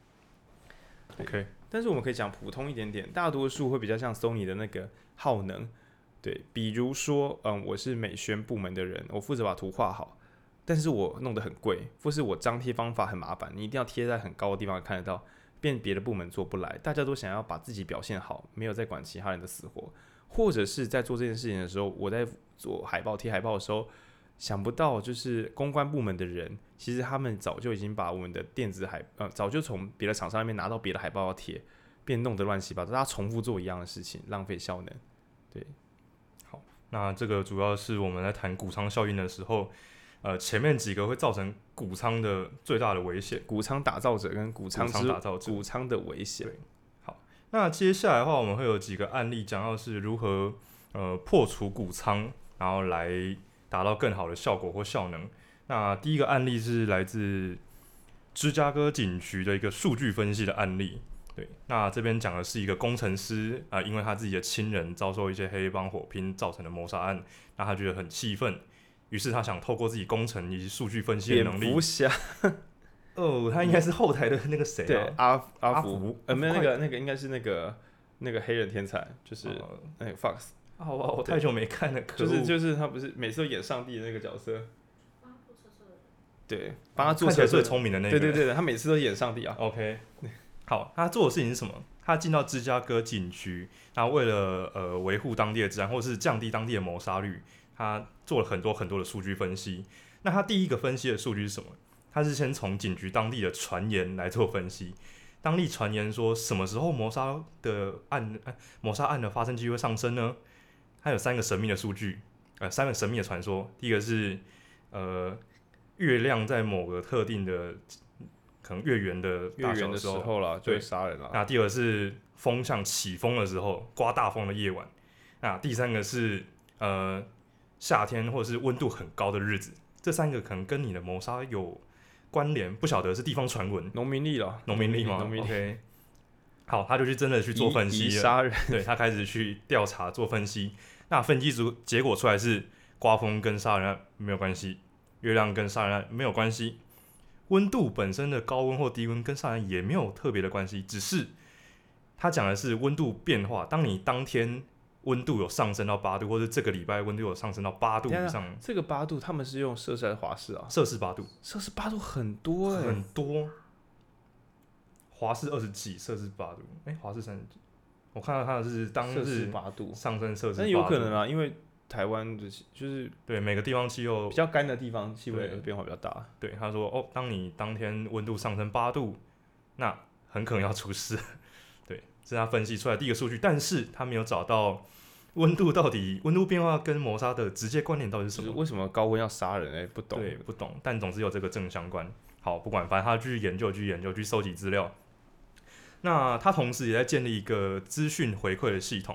OK， 但是我们可以讲普通一点点，大多数会比较像 Sony 的那个耗能，对，比如说，嗯，我是美宣部门的人，我负责把图画好，但是我弄得很贵，或是我张贴方法很麻烦，你一定要贴在很高的地方看得到，变别的部门做不来，大家都想要把自己表现好，没有在管其他人的死活。 或者是在做这件事情的时候，我在做海报贴海报的时候，想不到就是公关部门的人，其实他们早就已经把我们的电子海呃，早就从别的厂商那边拿到别的海报要贴，变弄得乱七八糟，大家重复做一样的事情，浪费效能。对， 好，那这个主要是我们在谈谷仓效应的时候，呃，前面几个会造成谷仓的最大的危险， 谷仓打造者跟谷仓之打造者谷仓的危险。 好，那接下来的话，我们会有几个案例讲到是如何呃破除谷仓，然后来达到更好的效果或效能。那第一个案例是来自芝加哥警局的一个数据分析的案例。对，那这边讲的是一个工程师啊、呃，因为他自己的亲人遭受一些黑帮火拼造成的谋杀案，那他觉得很气愤，于是他想透过自己工程以及数据分析的能力。 蝙蝠侠哦，他应该是后台的那个谁、啊？ 对，阿阿福福，呃，没有那个那个应该是那个那个黑人天才，就是呃那个 Fox。 啊，我我太久没看了，可就是就是他不是每次都演上帝的那个角色， 帮他坐车车的人。 对，帮他坐车最聪明的那个， 对对对，他每次都演上帝啊。 OK， 好，他做的事情是什么？他进到芝加哥警局，然后为了呃维护当地的治安，或是降低当地的谋杀率，他做了很多很多的数据分析。那他第一个分析的数据是什么？他是先从警局当地的传言来做分析。当地传言说，什么时候谋杀的案、呃、谋杀案的发生机会上升呢？它有三个神秘的数据，呃，三个神秘的传说。第一个是，呃，月亮在某个特定的可能月圆的大小的时候， 候啦，就会杀人了。 那第二个是风向起风的时候，刮大风的夜晚。那第三个是呃夏天或者是温度很高的日子。这三个可能跟你的谋杀有关联，不晓得是地方传闻， 农民历了， 农民历吗？ 农民历。 OK， 好，他就去真的去做分析了， 杀人。 对，他开始去调查做分析。那分析组结果出来是，刮风跟杀人案没有关系，月亮跟杀人案没有关系，温度本身的高温或低温跟杀人也没有特别的关系，只是他讲的是温度变化。当你当天温度有上升到八度，或者这个礼拜温度有上升到八度以上， 这个八度他们是用摄氏还是华氏啊？ 摄氏八度， 摄氏八度很多哎、欸， 很多。华氏二十几，摄氏八度，哎、欸，华氏三十几。我看到它是当日八度上升摄氏八度， 但有可能啊，因为台湾的就是对每个地方气候比较干的地方，气温变化比较大。 对，他说哦，当你当天温度上升八度，那很可能要出事。对，这是他分析出来的第一个数据，但是他没有找到温度到底温度变化跟谋杀的直接关联到底是什么？ 就是为什么高温要杀人？哎、欸，不懂。 对，不懂。但总之有这个正相关。好，不管，反正他去研究，去研究，去收集资料。那他同时也在建立一个资讯回馈的系统。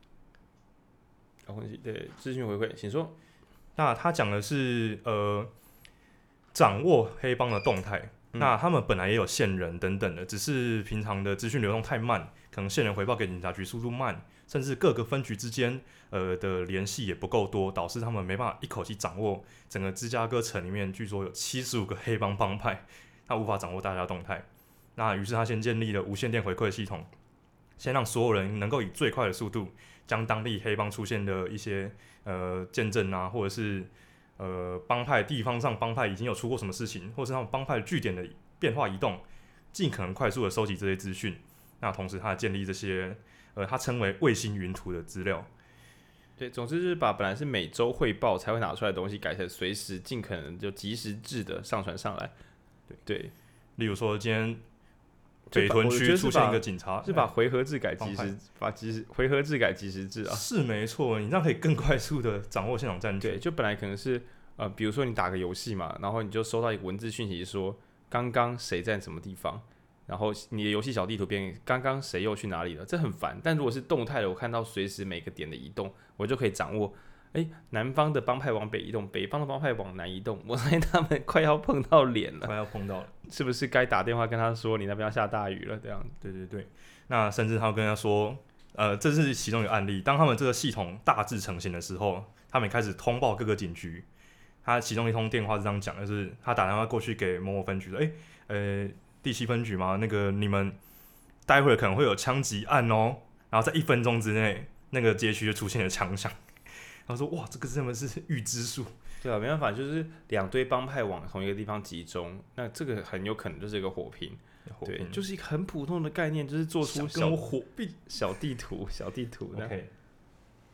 对，资讯回馈，请说。 那他讲的是呃，掌握黑帮的动态。嗯、那他们本来也有线人等等的，只是平常的资讯流动太慢，可能线人回报给警察局速度慢，甚至各个分局之间呃的联系也不够多，导致他们没办法一口气掌握整个芝加哥城里面，据说有七十五个黑帮帮派，他无法掌握大家动态。那于是他先建立了无线电回馈系统，先让所有人能够以最快的速度将当地黑帮出现的一些呃见证啊，或者是呃帮派地方上帮派已经有出过什么事情，或者是他们帮派的据点的变化移动，尽可能快速的收集这些资讯。那同时他建立这些呃他称为卫星云图的资料。 对，总之就是把本来是每周汇报才会拿出来的东西，改成随时尽可能就即时制的上传上来。对对， 例如说今天北屯区出现一个警察， 是把回合制改即时，把即时回合制改即时制啊， 是没错，你这样可以更快速的掌握现场战局。 对，就本来可能是呃，比如说你打个游戏嘛，然后你就收到一个文字讯息说刚刚谁在什么地方，然后你的游戏小地图变刚刚谁又去哪里了，这很烦。但如果是动态的，我看到随时每个点的移动，我就可以掌握。哎，南方的帮派往北移动，北方的帮派往南移动，我猜他们快要碰到脸了， 快要碰到了， 是不是该打电话跟他说你那边要下大雨了？这样， 对对对。那甚至他跟他说，呃，这是其中一个案例。当他们这个系统大致成型的时候，他们开始通报各个警局。他其中一通电话是这样讲，就是他打电话过去给某某分局的，哎，呃，第七分局吗？那个你们待会可能会有枪击案哦。然后在一分钟之内，那个街区就出现了枪响。他说：“哇，这个真的是预知术。” 对啊，没办法，就是两堆帮派往同一个地方集中，那这个很有可能就是一个火拼。对，就是一个很普通的概念，就是做出小火并小地图、小地图。 OK，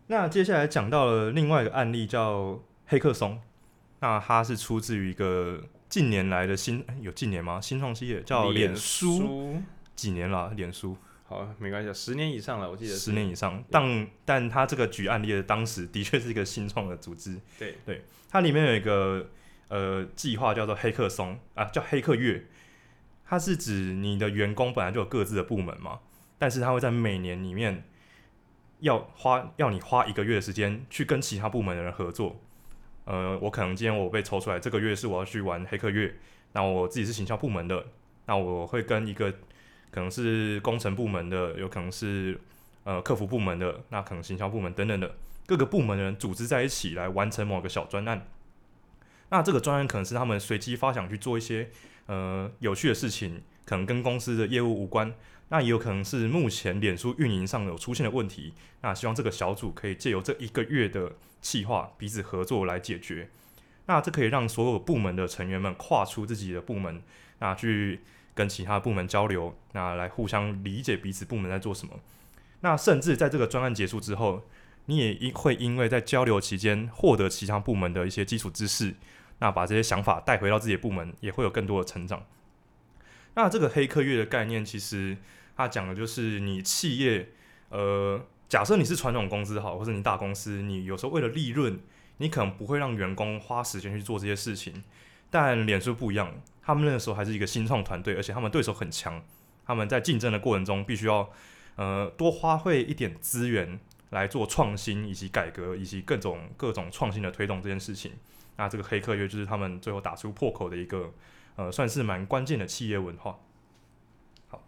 那接下来讲到了另外一个案例叫黑客松，那它是出自于一个近年来的新有近年吗？新创企业叫脸书，几年了？脸书好，没关系，十年以上了，我记得十年以上。但但它这个举案例的当时的确是一个新创的组织， 对对，它里面有一个呃计划叫做黑客松啊，叫黑客月。它是指你的员工本来就有各自的部门嘛，但是它会在每年里面要花要你花一个月的时间去跟其他部门的人合作。呃，我可能今天我被抽出来，这个月是我要去玩黑客月，那我自己是行销部门的，那我会跟一个可能是工程部门的，有可能是呃客服部门的，那可能行销部门等等的各个部门的人组织在一起来完成某个小专案。那这个专案可能是他们随机发想去做一些呃有趣的事情，可能跟公司的业务无关，那也有可能是目前脸书运营上有出现的问题，那希望这个小组可以借由这一个月的企划彼此合作来解决。那这可以让所有部门的成员们跨出自己的部门，那去跟其他部门交流，那来互相理解彼此部门在做什么。那甚至在这个专案结束之后，你也会因为在交流期间获得其他部门的一些基础知识，那把这些想法带回到自己的部门，也会有更多的成长。那这个黑客月的概念，其实它讲的就是你企业，呃，假设你是传统公司好，或者你大公司，你有时候为了利润，你可能不会让员工花时间去做这些事情。但脸书不一样，他们那个时候还是一个新创团队，而且他们对手很强，他们在竞争的过程中必须要呃多花费一点资源来做创新以及改革以及各种各种创新的推动这件事情。那这个黑客月就是他们最后打出破口的一个呃算是蛮关键的企业文化。好，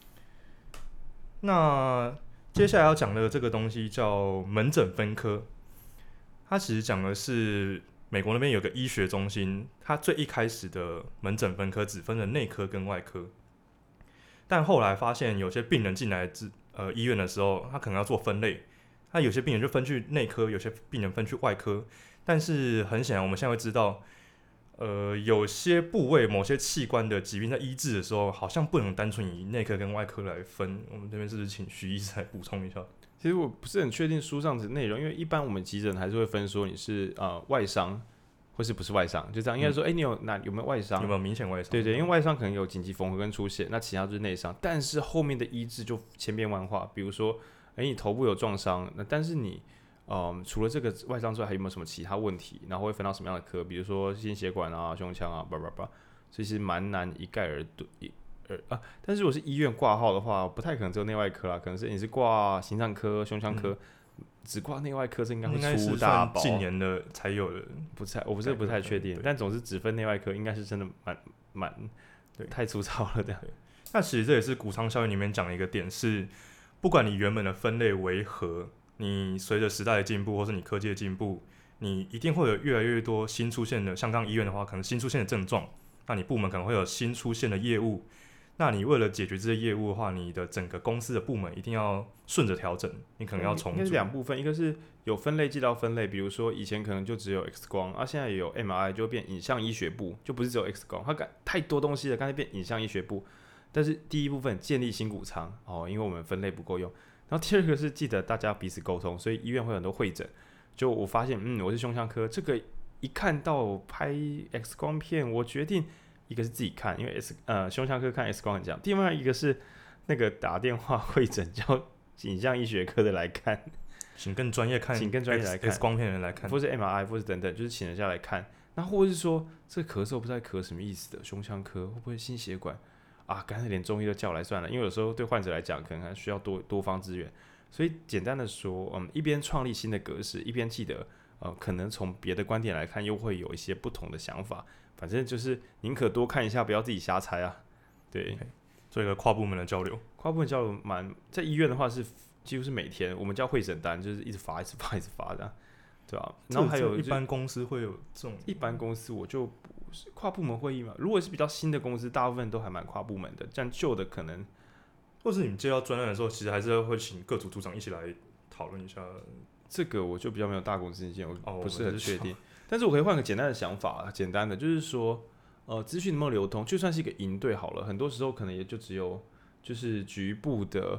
那接下来要讲的这个东西叫门诊分科，它其实讲的是美国那边有个医学中心，它最一开始的门诊分科只分了内科跟外科，但后来发现有些病人进来呃医院的时候，他可能要做分类，他有些病人就分去内科，有些病人分去外科。但是很显然，我们现在会知道，呃，有些部位、某些器官的疾病在医治的时候，好像不能单纯以内科跟外科来分。我们这边是不是请徐医师来补充一下？ 其实我不是很确定书上的内容，因为一般我们急诊还是会分说你是呃外伤，或是不是外伤，就这样。应该说，哎、嗯欸，你有哪有没有外伤？ 有没有明显外伤？ 对对，因为外伤可能有紧急缝合跟出血，那其他就是内伤。但是后面的医治就千变万化，比如说，哎、欸，你头部有撞伤，那但是你。嗯，除了这个外伤之外，还有没有什么其他问题？然后会分到什么样的科？比如说心血管啊、胸腔啊，叭叭叭，所以其实蛮难一概而论而啊。但是如果是医院挂号的话，不太可能只有内外科啦，可能是你是挂心脏科、胸腔科，嗯、只挂内外科，这应该会出大包。 近年的才有的， 不太，我不是不太确定，但总之只分内外科，应该是真的蛮蛮对，太粗糙了这样。 那其实这也是谷仓效应里面讲的一个点是，不管你原本的分类为何。你随着时代的进步，或是你科技的进步，你一定会有越来越多新出现的，像刚医院的话，可能新出现的症状，那你部门可能会有新出现的业务，那你为了解决这些业务的话，你的整个公司的部门一定要顺着调整，你可能要重组。 应该是两部分，一个是有分类记到分类，比如说以前可能就只有 X 光，啊现在也有 M R I， 就变影像医学部，就不是只有 X 光，它太多东西了，刚才变影像医学部。但是第一部分建立新谷仓哦，因为我们分类不够用。然后第二个是记得大家彼此沟通，所以医院会有很多会诊。就我发现，嗯，我是胸腔科，这个一看到拍 X 光片，我决定一个是自己看，因为 S 呃胸腔科看 X 光很讲；另外一个是那个打电话会诊叫影像医学科的来看， 请更专业看， 请更专业来看 X 光片的人来看， 或是 M R I 或是等等，就是请人家来看。那或者是说，这咳嗽不知道咳什么意思的，胸腔科会不会心血管？啊，干脆连中医都叫来算了，因为有时候对患者来讲，可能还需要多多方资源。所以简单的说，嗯，一边创立新的格式，一边记得，呃，可能从别的观点来看，又会有一些不同的想法。反正就是宁可多看一下，不要自己瞎猜啊。对， okay, 做一个跨部门的交流。 跨部门交流蛮，在医院的话是几乎是每天，我们叫会诊单，就是一直发、一直发、一直发的，对吧、啊？然后还有一般公司会有这种， 一般公司我就。跨部门会议嘛，如果是比较新的公司，大部分都还蛮跨部门的。这样旧的可能， 或是你们接到专案的时候，其实还是会请各组组长一起来讨论一下。 这个我就比较没有大公司经验，我不是很确定。 哦、 但是我可以换个简单的想法，简单的就是说，呃，资讯能不能流通，就算是一个营队好了，很多时候可能也就只有就是局部的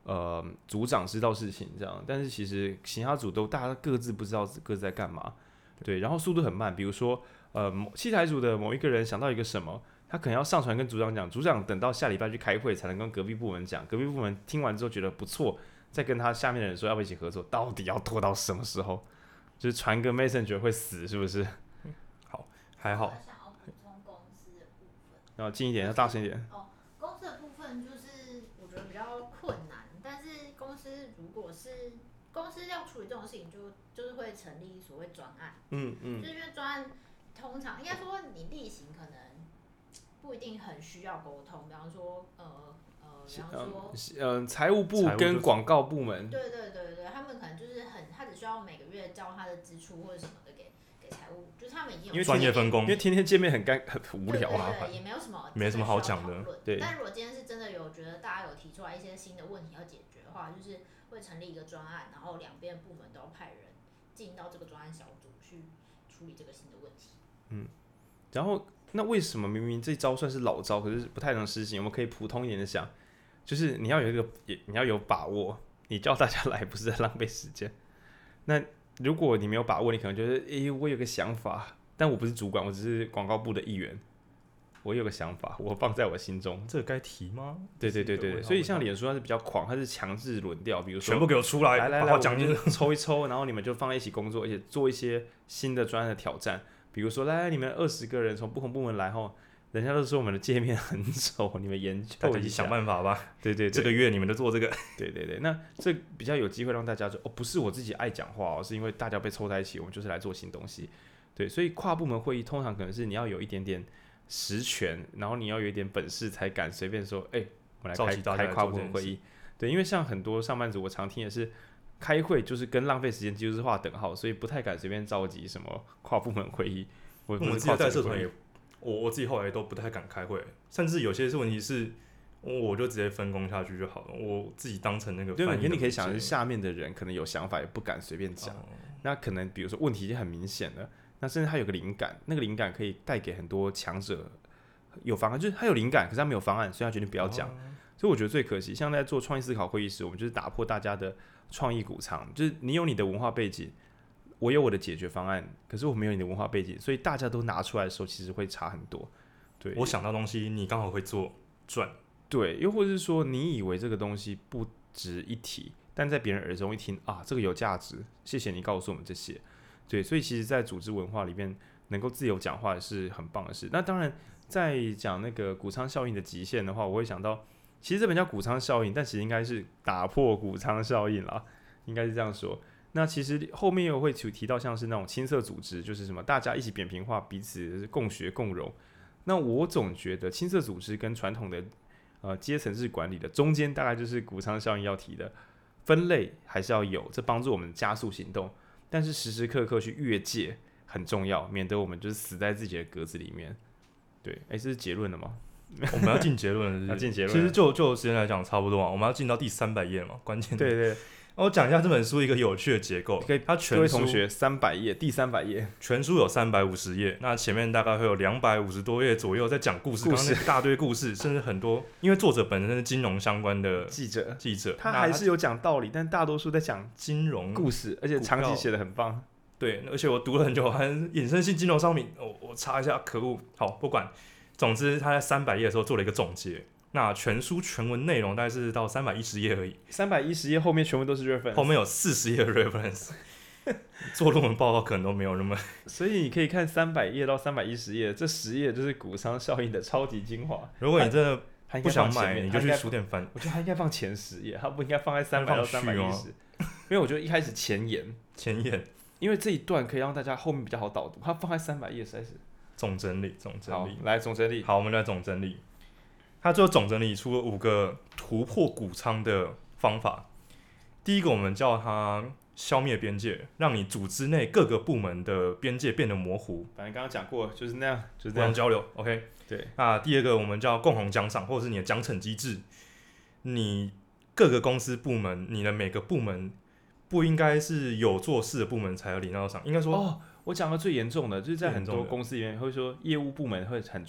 呃组长知道事情这样，但是其实其他组都大家各自不知道各自在干嘛，对，然后速度很慢，比如说呃器材组的某一个人想到一个什么，他可能要上传跟组长讲，组长等到下礼拜去开会才能跟隔壁部门讲，隔壁部门听完之后觉得不错，再跟他下面的人说要不要一起合作，到底要拖到什么时候？就是传个 Messenger 会死是不是？ 好，还好。 想要补充公司的部分， 然后近一点，要大声一点。 哦，公司的部分就是我觉得比较困难，但是公司如果是公司要处理这种事情就，就是会成立所谓专案， 嗯嗯， 就是因为专案通常应该说你例行可能不一定很需要沟通，比方说呃呃，比方说嗯，财务部跟广告部门， 对对对对，他们可能就是很，他只需要每个月交他的支出或者什么的给给财务，就是他们已经有专业分工， 因为天天见面很干很无聊啊，对对对，也没有什么没什么好讲的。 对， 但如果今天是真的有觉得大家有提出来一些新的问题要解决的话，就是会成立一个专案，然后两边部门都要派人进到这个专案小组去处理这个新的问题。 嗯，然后那为什么明明这招算是老招，可是不太能实行？我们可以普通一点的想，就是你要有一个，你要有把握，你叫大家来不是在浪费时间。那如果你没有把握，你可能觉得，诶、欸，我有个想法，但我不是主管，我只是广告部的一员。我有个想法，我放在我心中， 这个该提吗？ 对对对对对，所以像脸书它是比较狂，它是强制轮调，比如说全部给我出来， 来来来，我讲就抽一抽，然后你们就放在一起工作，而且做一些新的专案的挑战，比如说来来，你们二十个人从不同部门来后，人家都说我们的界面很丑，你们研究一下， 想办法吧。 对对对， 这个月你们就做这个， 对对对，那这比较有机会让大家说，哦，不是我自己爱讲话哦，是因为大家被凑在一起，我们就是来做新东西。对，所以跨部门会议通常可能是你要有一点点实权，然后你要有一点本事才敢随便说，哎、欸，我们来开开跨部门会议。对，因为像很多上班族，我常听的是开会就是跟浪费时间几乎是划等号，所以不太敢随便召集什么跨部门会议。我们自己在社团也，我我自己后来都不太敢开会，甚至有些是问题是，我就直接分工下去就好了，我自己当成那个翻译。 对，你可以想的是下面的人可能有想法，也不敢随便讲、哦。那可能比如说问题已经很明显了。那甚至他有个灵感，那个灵感可以带给很多强者有方案，就是他有灵感，可是他没有方案，所以他决定不要讲。哦、所以我觉得最可惜，像在做创意思考会议时，我们就是打破大家的创意谷仓，就是你有你的文化背景，我有我的解决方案，可是我没有你的文化背景，所以大家都拿出来的时候，其实会差很多。对， 我想到东西，你刚好会做赚。 对，又或者是说，你以为这个东西不值一提，但在别人耳中一听啊，这个有价值，谢谢你告诉我们这些。对，所以其实，在组织文化里面，能够自由讲话是很棒的事。那当然，在讲那个谷仓效应的极限的话，我会想到，其实这本叫谷仓效应，但其实应该是打破谷仓效应啦，应该是这样说。那其实后面又会提到像是那种青色组织，就是什么大家一起扁平化，彼此共学共荣。那我总觉得青色组织跟传统的呃阶层式管理的中间，大概就是谷仓效应要提的分类还是要有，这帮助我们加速行动。但是时时刻刻去越界很重要，免得我们就是死在自己的格子里面。对，哎、欸，这是结论了吗？ 我们要进结论了， 要进结论。 其实就就时间来讲，差不多啊。我们要进到第三百页嘛，关键。 对对。 我讲一下这本书一个有趣的结构。 可以， 它全各位同学三百页，第三百页， 全书有三百五十页，那前面大概会有两百五十多页左右在讲故事， 故事一大堆故事，甚至很多，因为作者本身是金融相关的记者， 记者， 他还是有讲道理，但大多数在讲金融故事，而且长期写的很棒。 对，而且我读了很久，还衍生性金融商品，我我查一下，可恶，好不管，总之他在三百页的时候做了一个总结。那全书全文内容大概是到三百一十页而已， 三百一十页后面全部都是 reference， 后面有四十页的 reference， 做论文报告可能都没有那么， 所以你可以看三百页到三百一十页，这十页就是谷仓效应的超级精华。 如果你真的不想买， 你就去书店翻。 我觉得它应该放前十页，它不应该放在三百到三百一十，因为我觉得一开始前言， 前言， 因为这一段可以让大家后面比较好导读，它放在三百页实在是。 总整理，总整理， 来总整理。 好，我们来总整理。他最后总整理出了五个突破谷仓的方法。第一个，我们叫它消灭边界，让你组织内各个部门的边界变得模糊。 反正刚刚讲过，就是那样，就是这样交流。OK， 对。 那第二个，我们叫共同奖赏，或者是你的奖惩机制。你各个公司部门，你的每个部门不应该是有做事的部门才有领到赏，应该说， 哦，我讲的最严重的就是在很多公司里面会说业务部门会很赚。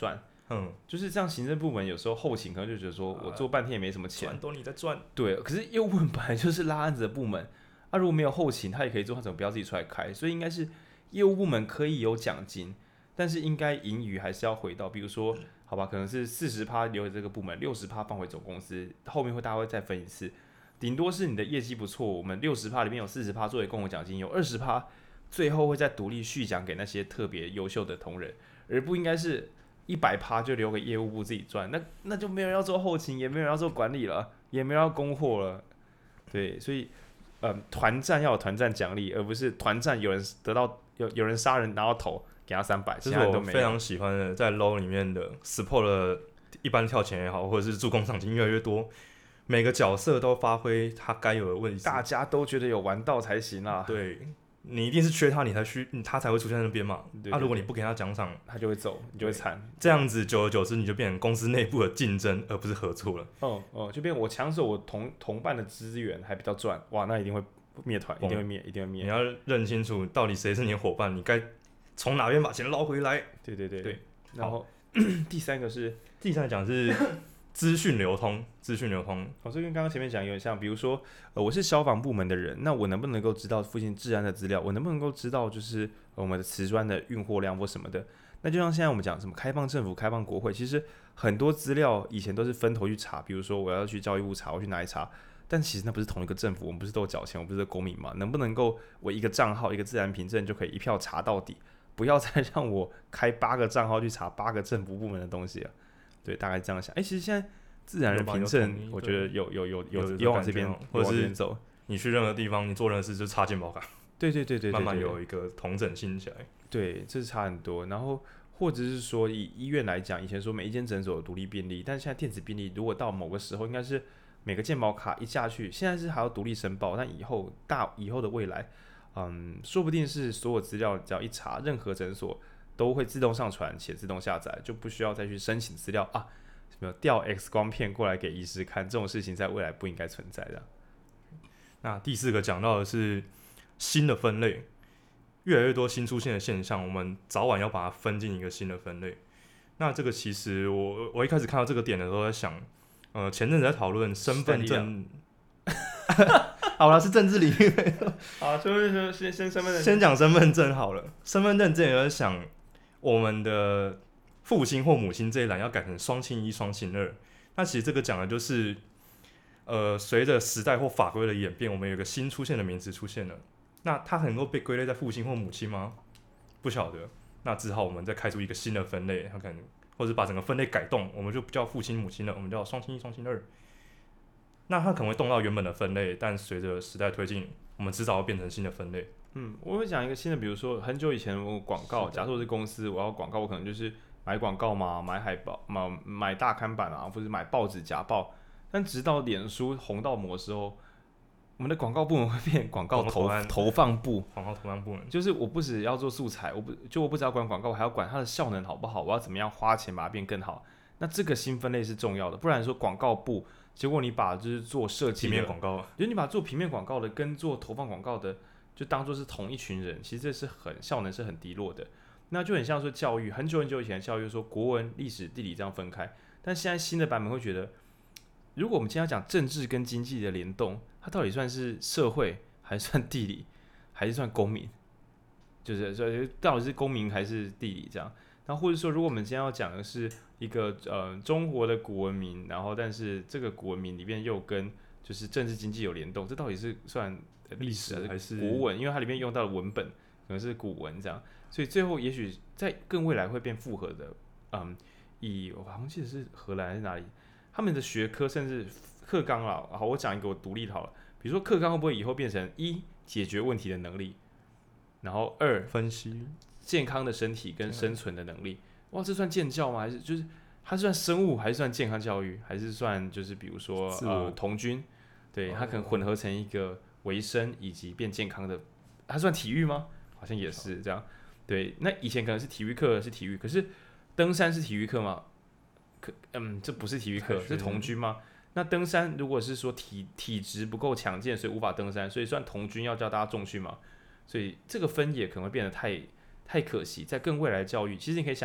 嗯， 就是这样，行政部门有时候后勤可能就觉得说我做半天也没什么钱， 赚都你在赚。 对，可是业务部门本来就是拉案子的部门，啊，如果没有后勤，他也可以做，他怎么不要自己出来开？所以应该是业务部门可以有奖金，但是应该盈余还是要回到，比如说，好吧，可能是百分之四十留给这个部门，百分之六十放回总公司，后面会大家会再分一次，顶多是你的业绩不错，我们百分之六十里面有百分之四十作为共同奖金，有百分之二十最后会再独立续奖给那些特别优秀的同仁，而不应该是一百趴就留给业务部自己赚，那那就没有人要做后勤，也没有人要做管理了，也没有人要供货了，对，所以，呃，团战要有团战奖励，而不是团战有人得到有有人杀人拿到头给他三百， 这是我非常喜欢的，在 L O 里面的 support 的一般跳钱也好，或者是助攻赏金越来越多，每个角色都发挥他该有的位置， 大家都觉得有玩到才行啊， 对。你一定是缺他，你才需他才会出现在那边嘛。 对对对， 啊，如果你不给他奖赏， 他就会走，你就会惨。 这样子久而久之，你就变成公司内部的竞争，而不是合作了。 哦哦，就变我抢走我同同伴的资源还比较赚，哇，那一定会灭团，一定会灭，一定会灭。 你要认清楚到底谁是你的伙伴，你该从哪边把钱捞回来。 对对对对。然后第三个是， 第三个讲是资讯流通，资讯流通。 哦，这跟刚刚前面讲有点像，比如说，呃，我是消防部门的人，那我能不能够知道附近治安的资料？我能不能够知道就是我们的瓷砖的运货量或什么的？那就像现在我们讲什么开放政府、开放国会，其实很多资料以前都是分头去查，比如说我要去教育部查，我去哪里查？但其实那不是同一个政府，我们不是都有缴钱，我们不是公民嘛？能不能够我一个账号、一个自然凭证就可以一票查到底？不要再让我开八个账号去查八个政府部门的东西了。对，大概这样想。哎、欸，其实现在自然人凭证，我觉得有有有有有往这边， 或者是走。 你去任何地方，你做任何事就插健保卡。 对对对 对, 对, 对, 对， 慢慢有一个统整性起来。 对，这是差很多。然后或者是说以医院来讲，以前说每一间诊所有独立病历，但是现在电子病历如果到某个时候，应该是每个健保卡一下去，现在是还要独立申报，但以后大以后的未来，嗯，说不定是所有资料只要一查，任何诊所都会自动上传且自动下载，就不需要再去申请资料啊。什么调 X 光片过来给医师看，这种事情在未来不应该存在的。 那第四个讲到的是新的分类，越来越多新出现的现象，我们早晚要把它分进一个新的分类。那这个其实我我一开始看到这个点的时候在想，呃，前阵子在讨论身份证，好了，是政治领域。 好，先先先身份证， 先讲身份证好了。身份证之前有在想，我们的父亲或母亲这一栏要改成双亲一、双亲二。那其实这个讲的就是，呃，随着时代或法规的演变，我们有一个新出现的名词出现了。那它能够被归类在父亲或母亲吗？不晓得。那只好我们再开出一个新的分类，它可能或者把整个分类改动，我们就不叫父亲母亲了，我们叫双亲一、双亲二。那它可能会动到原本的分类，但随着时代推进，我们迟早会变成新的分类。 嗯，我会讲一个新的，比如说很久以前我广告，假设我是公司，我要广告，我可能就是买广告嘛，买海报，买买大看板啊，或者买报纸夹报。但直到脸书红到某时候，我们的广告部门会变广告投投放部， 广告投放部门就是我不只要做素材，我不就我不只要管广告，我还要管它的效能好不好，我要怎么样花钱把它变更好。那这个新分类是重要的，不然说广告部，结果你把就是做设计平面广告， 就是你把做平面广告的跟做投放广告的，就当做是同一群人，其实这是很效能是很低落的。那就很像说教育，很久很久以前的教育说国文、历史、地理这样分开，但现在新的版本会觉得，如果我们今天要讲政治跟经济的联动，它到底算是社会还是算地理，还是算公民？就是说到底是公民还是地理这样？那或者说，如果我们今天要讲的是一个呃中国的古文明，然后但是这个古文明里面又跟就是政治经济有联动，这到底是算历史还是国文？因为它里面用到的文本可能是古文这样，所以最后也许在更未来会变复合的。嗯，以我好像记得是荷兰还是哪里，他们的学科甚至课纲啦，好，我讲一个我独立的好了，比如说课纲会不会以后变成一解决问题的能力，然后二分析健康的身体跟生存的能力，哇，这算健教吗？还是就是它算生物，还是算健康教育，还是算就是比如说呃童军？对，它可能混合成一个维生以及变健康的，它算体育吗？好像也是这样。对，那以前可能是体育课是体育，可是登山是体育课吗？可嗯，这不是体育课，是童军吗？那登山如果是说体体质不够强健，所以无法登山，所以算童军要教大家重训吗？所以这个分野可能会变得太。太可惜，在更未来的教育，其实你可以想，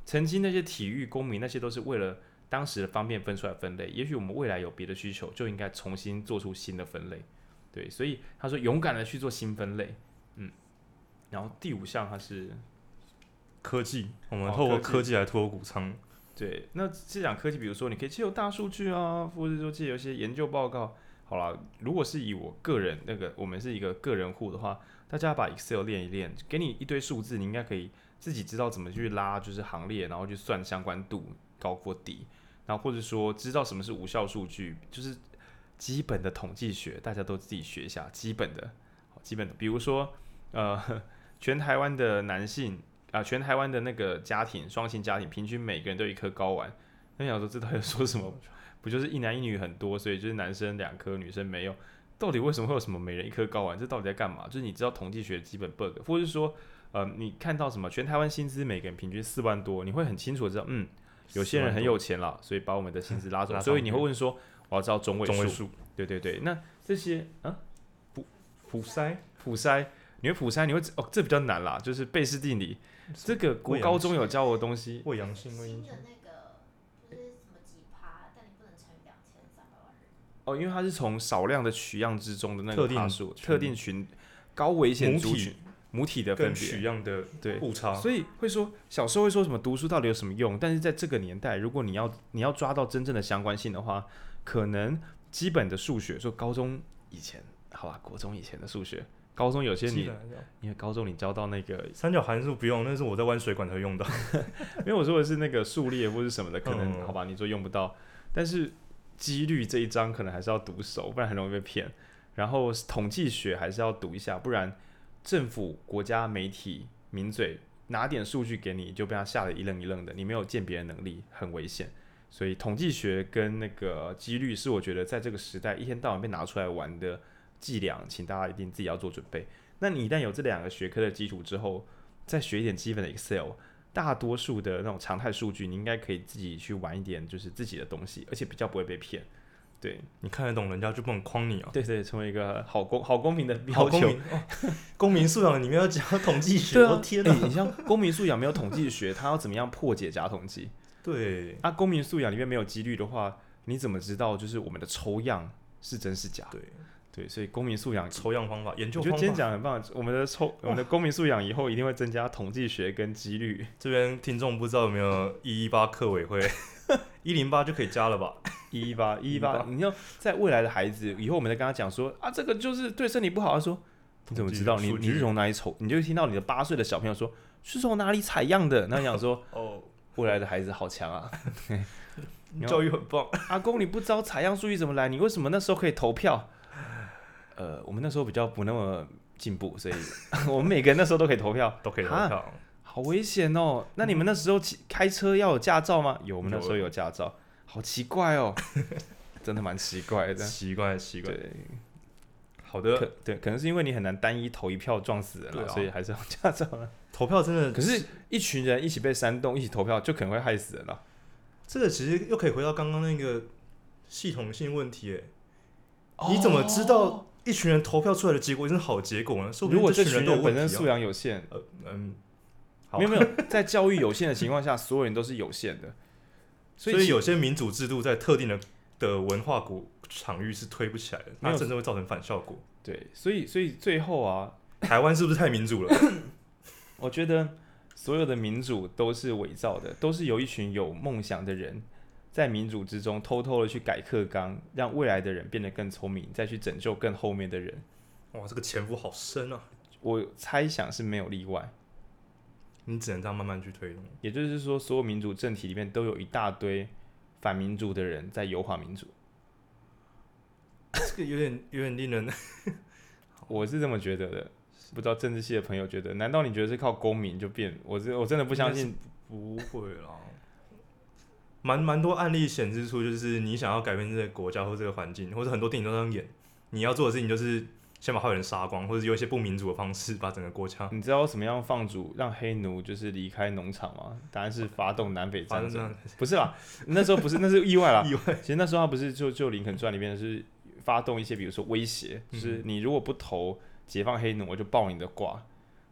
曾经那些体育、公民那些都是为了当时的方便分出来分类，也许我们未来有别的需求，就应该重新做出新的分类。对，所以他说勇敢的去做新分类，嗯。然后第五项它是科技，我们透过科技来拓谷仓。 对，那这讲科技，比如说你可以借由大数据啊，或者说借由一些研究报告。好啦，如果是以我个人那个，我们是一个个人户的话，大家把 Excel 练一练，给你一堆数字，你应该可以自己知道怎么去拉，就是行列，然后去算相关度高或低，然后或者说知道什么是无效数据，就是基本的统计学，大家都自己学一下，基本的，基本的，比如说呃，全台湾的男性。啊，全台湾的那个家庭，双薪家庭，平均每个人都有一颗睾丸。那想说这到底说什么？不就是一男一女很多，所以就是男生两颗，女生没有。到底为什么会有什么每人一颗睾丸？这到底在干嘛？就是你知道统计学的基本 bug， 或者是说，呃，你看到什么全台湾薪资每个人平均四万多，你会很清楚的知道，嗯，有些人很有钱了，所以把我们的薪资拉走。所以你会问说，我要知道中位数。中位数。对对对，那这些啊，普普筛普筛，你会普筛，你会哦，这比较难啦，就是贝氏定理。这个国高中有教我的东西， 未阳性、未阴性。 就是什么几趴，但你不能乘以两千三百万人。 哦，因为它是从少量的取样之中的那个趴数，特定群高危险族群母体的分别取样的误差， 所以会说小时候会说什么读书到底有什么用？但是在这个年代，如果你要你要抓到真正的相关性的话，可能基本的数学，说高中以前，好吧，国中以前的数学。高中有些你，因为高中你教到那个三角函数不用，那是我在弯水管才用到。 因为我说的是那个数列或是什么的，可能、嗯、好吧，你说用不到，但是几率这一章可能还是要读熟，不然很容易被骗。然后统计学还是要读一下，不然政府、国家、媒体、名嘴拿点数据给你，就被他吓得一愣一愣的，你没有鉴别能力，很危险。所以统计学跟那个几率是我觉得在这个时代一天到晚被拿出来玩的伎俩，请大家一定自己要做准备。那你一旦有这两个学科的基础之后，再学一点基本的 Excel， 大多数的那种常态数据，你应该可以自己去玩一点，就是自己的东西，而且比较不会被骗。对， 你看得懂人家就不能诓你啊。 对对，成为一个好公好公民的要求。 公民、哦、公民素养里面要讲统计学，我、 啊、 天哪！ 欸、你像公民素养没有统计学，他要怎么样破解假统计？ 对， 啊，公民素养里面没有几率的话，你怎么知道就是我们的抽样是真是假？ 对。 对，所以公民素养抽样方法、研究方法， 我觉得今天讲很棒。我们的抽，我们的公民素养以后一定会增加统计学跟几率。 这边听众不知道有没有一一八课委会，一零八就可以加了吧？ 一一八一一八，你要在未来的孩子以后，我们再跟他讲说啊，这个就是对身体不好。他说你怎么知道？你你是从哪里抽？你就听到你的八岁的小朋友说是从哪里采样的？那你想说哦，未来的孩子好强啊， 教育很棒。 阿公，你不知道采样数据怎么来？你为什么那时候可以投票？呃，我们那时候比较不那么进步，所以我们每个人那时候都可以投票， 都可以投票， 好危险哦！那你们那时候开车要有驾照吗？有，我们那时候有驾照，好奇怪哦，真的蛮奇怪的， 奇怪奇怪。 对， 好的， 可对，可能是因为你很难单一投一票撞死人了，啊、所以还是要驾照了。 投票真的， 可是一群人一起被煽动，一起投票，就可能会害死人了。 这个其实又可以回到刚刚那个系统性问题，哎、哦，你怎么知道？一群人投票出来的结果是好结果呢？ 如果这群人本身素养有限， 呃嗯， 没有没有，在教育有限的情况下，所有人都是有限的， 所以, 所以有些民主制度在特定的的文化国场域是推不起来的，那甚至会造成反效果。 对，所以所以最后啊， 台湾是不是太民主了？ 我觉得所有的民主都是伪造的，都是由一群有梦想的人。在民主之中偷偷的去改课纲，让未来的人变得更聪明，再去拯救更后面的人。 哇，这个潜伏好深啊！ 我猜想是没有例外， 你只能这样慢慢去推动。 也就是说，所有民主政体里面都有一大堆反民主的人在优化民主。 这个有点有点令人， 我是这么觉得的。不知道政治系的朋友觉得，难道你觉得是靠公民就变？我我真的不相信， 不会啦。蛮蛮多案例显示出，就是你想要改变这个国家或这个环境，或者很多电影都这样演，你要做的事情就是先把坏人杀光，或者用一些不民主的方式把整个国家。 你知道怎么样放逐让黑奴就是离开农场吗？答案是发动南北战争。不是啦，那时候不是，那是意外啦。 意外。 其实那时候他不是就就林肯传里面是发动一些，比如说威胁，就是你如果不投解放黑奴，我就爆你的挂。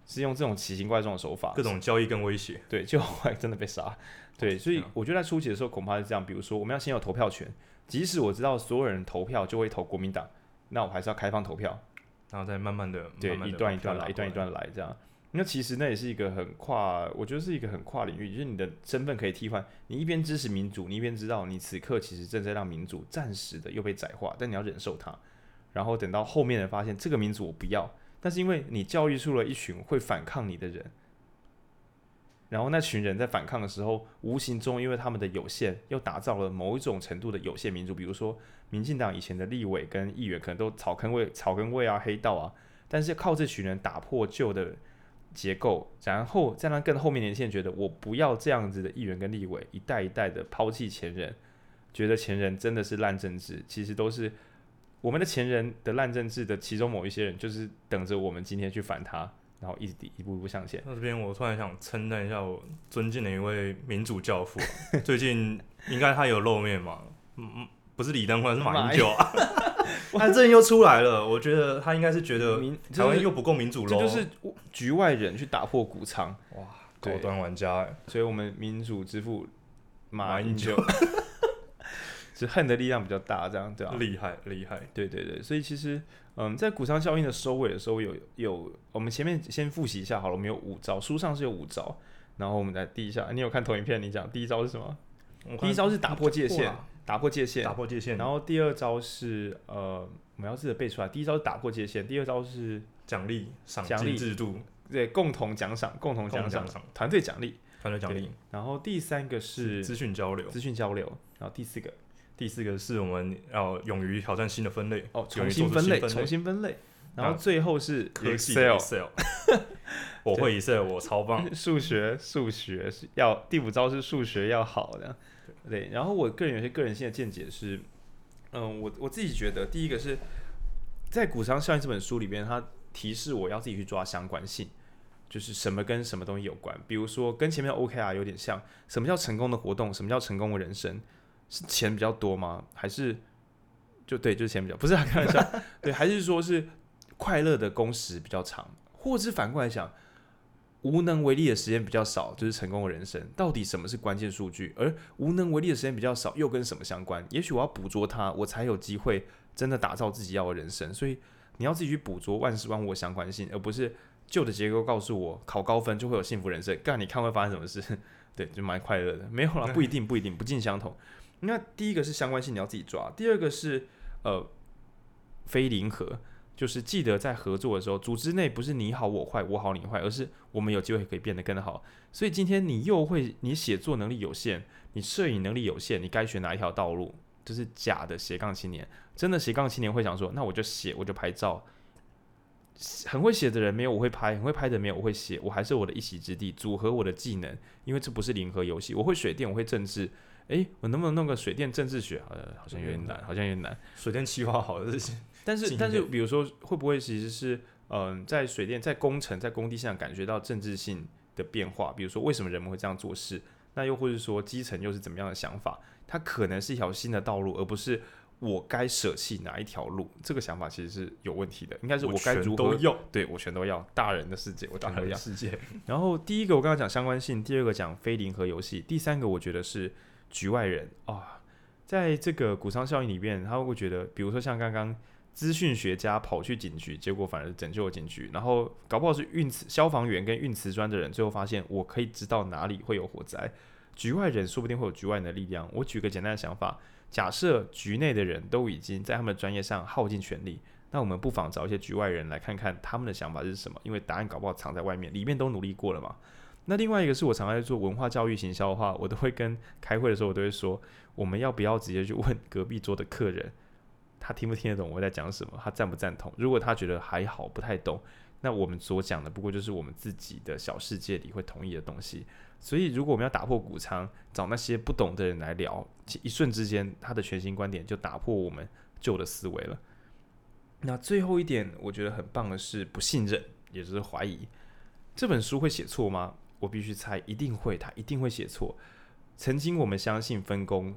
是用这种奇形怪状的手法， 各种交易跟威胁。 对，就后来真的被杀。对，所以我觉得在初期的时候恐怕是这样，比如说我们要先有投票权，即使我知道所有人投票就会投国民党，那我还是要开放投票， 然后再慢慢的， 对， 慢慢一段一段来，一段一段来这样。那其实那也是一个很跨，我觉得是一个很跨领域，就是你的身份可以替换，你一边支持民主，你一边知道你此刻其实正在让民主暂时的又被窄化，但你要忍受它，然后等到后面的发现这个民主我不要，但是因为你教育出了一群会反抗你的人。然后那群人在反抗的时候，无形中因为他们的有限，又打造了某一种程度的有限民主。比如说，民进党以前的立委跟议员可能都草根味、草根味啊、黑道啊，但是靠这群人打破旧的结构，然后再让更后面年轻人觉得，我不要这样子的议员跟立委，一代一代的抛弃前人，觉得前人真的是烂政治，其实都是我们的前人的烂政治的其中某一些人，就是等着我们今天去反他。然后一直一步一步向前。 那这边我突然想称赞一下我尊敬的一位民主教父、啊，最近应该他有露面嘛？嗯嗯，不是李登辉，是马英九啊。他最近又出来了，我觉得他应该是觉得台湾又不够民主喽。 这就是局外人去打破谷仓， 哇，高端玩家哎！ 所以我们民主之父马英九，是恨的力量比较大，这样对吧、啊？ 厉害厉害， 对对对，所以其实。嗯，在谷仓效应的收尾的时候有，有我们前面先复习一下好了，我们有五招，书上是有五招，然后我们来第一下，你有看投影片？你讲第一招是什么？第一招是打破界限，打破界限， 打破界限。 然后第二招是呃，我们要试着背出来。第一招是打破界限，第二招是奖励赏金制度， 对，共同奖赏，共同奖赏，团队奖励， 团队奖励。 然后第三个是资讯交流， 资讯交流。然后第四个。 第四个是我们要勇于挑战新的分类哦，重新分类，重新分类。然后最后是 Excel， 我会 Excel， 我超棒。 数学，数学是要第五招是数学要好的，对。然后我个人有些个人性的见解是，嗯，我我自己觉得，第一个是在《谷仓效应》这本书里边，它提示我要自己去抓相关性，就是什么跟什么东西有关。比如说跟前面的 O K R 有点像，什么叫成功的活动？什么叫成功的人生？是钱比较多吗？还是就对，就是钱比较不是、啊、开玩笑，对，还是说是快乐的工时比较长，或者是反过来想，无能为力的时间比较少，就是成功的人生。到底什么是关键数据？而无能为力的时间比较少，又跟什么相关？也许我要捕捉它，我才有机会真的打造自己要的人生。所以你要自己去捕捉万事万物的相关性，而不是旧的结构告诉我考高分就会有幸福人生。干，你看会发生什么事？对，就蛮快乐的。没有啦，不一定，不一定，不尽相同。那第一个是相关性，你要自己抓；第二个是呃非零和，就是记得在合作的时候，组织内不是你好我坏，我好你坏，而是我们有机会可以变得更好。所以今天你又会，你写作能力有限，你摄影能力有限，你该选哪一条道路？这是假的斜杠青年，真的斜杠青年会想说，那我就写，我就拍照。很会写的人没有我会拍，很会拍的没有我会写，我还是我的一席之地，组合我的技能，因为这不是零和游戏。我会水电，我会政治。哎，我能不能弄个水电政治学？呃，好像有点难，好像有点难。 水电企划好的这些， 但是但是，比如说会不会其实是嗯、呃，在水电、在工程、在工地上感觉到政治性的变化？比如说为什么人们会这样做事？那又或者说基层又是怎么样的想法？它可能是一条新的道路，而不是我该舍弃哪一条路。这个想法其实是有问题的，应该是我该如何都要， 对我全都要。大人的世界，我全都要。 大人的世界。 然后第一个我刚刚讲相关性，第二个讲非零和游戏，第三个我觉得是。局外人啊、哦，在这个谷仓效应里面，他会觉得，比如说像刚刚资讯学家跑去警局，结果反而拯救了警局，然后搞不好是运磁消防员跟运磁砖的人，最后发现我可以知道哪里会有火灾。局外人说不定会有局外人的力量。我举个简单的想法，假设局内的人都已经在他们的专业上耗尽全力，那我们不妨找一些局外人来看看他们的想法是什么，因为答案搞不好藏在外面，里面都努力过了嘛。那另外一个是我常在做文化教育行销的话，我都会跟开会的时候，我都会说，我们要不要直接去问隔壁桌的客人，他听不听得懂我在讲什么，他赞不赞同？如果他觉得还好，不太懂，那我们所讲的不过就是我们自己的小世界里会同意的东西。所以如果我们要打破谷仓，找那些不懂的人来聊，一瞬之间，他的全新观点就打破我们旧的思维了。那最后一点，我觉得很棒的是不信任，也就是怀疑。这本书会写错吗？我必须猜，一定会，他一定会写错。曾经我们相信分工，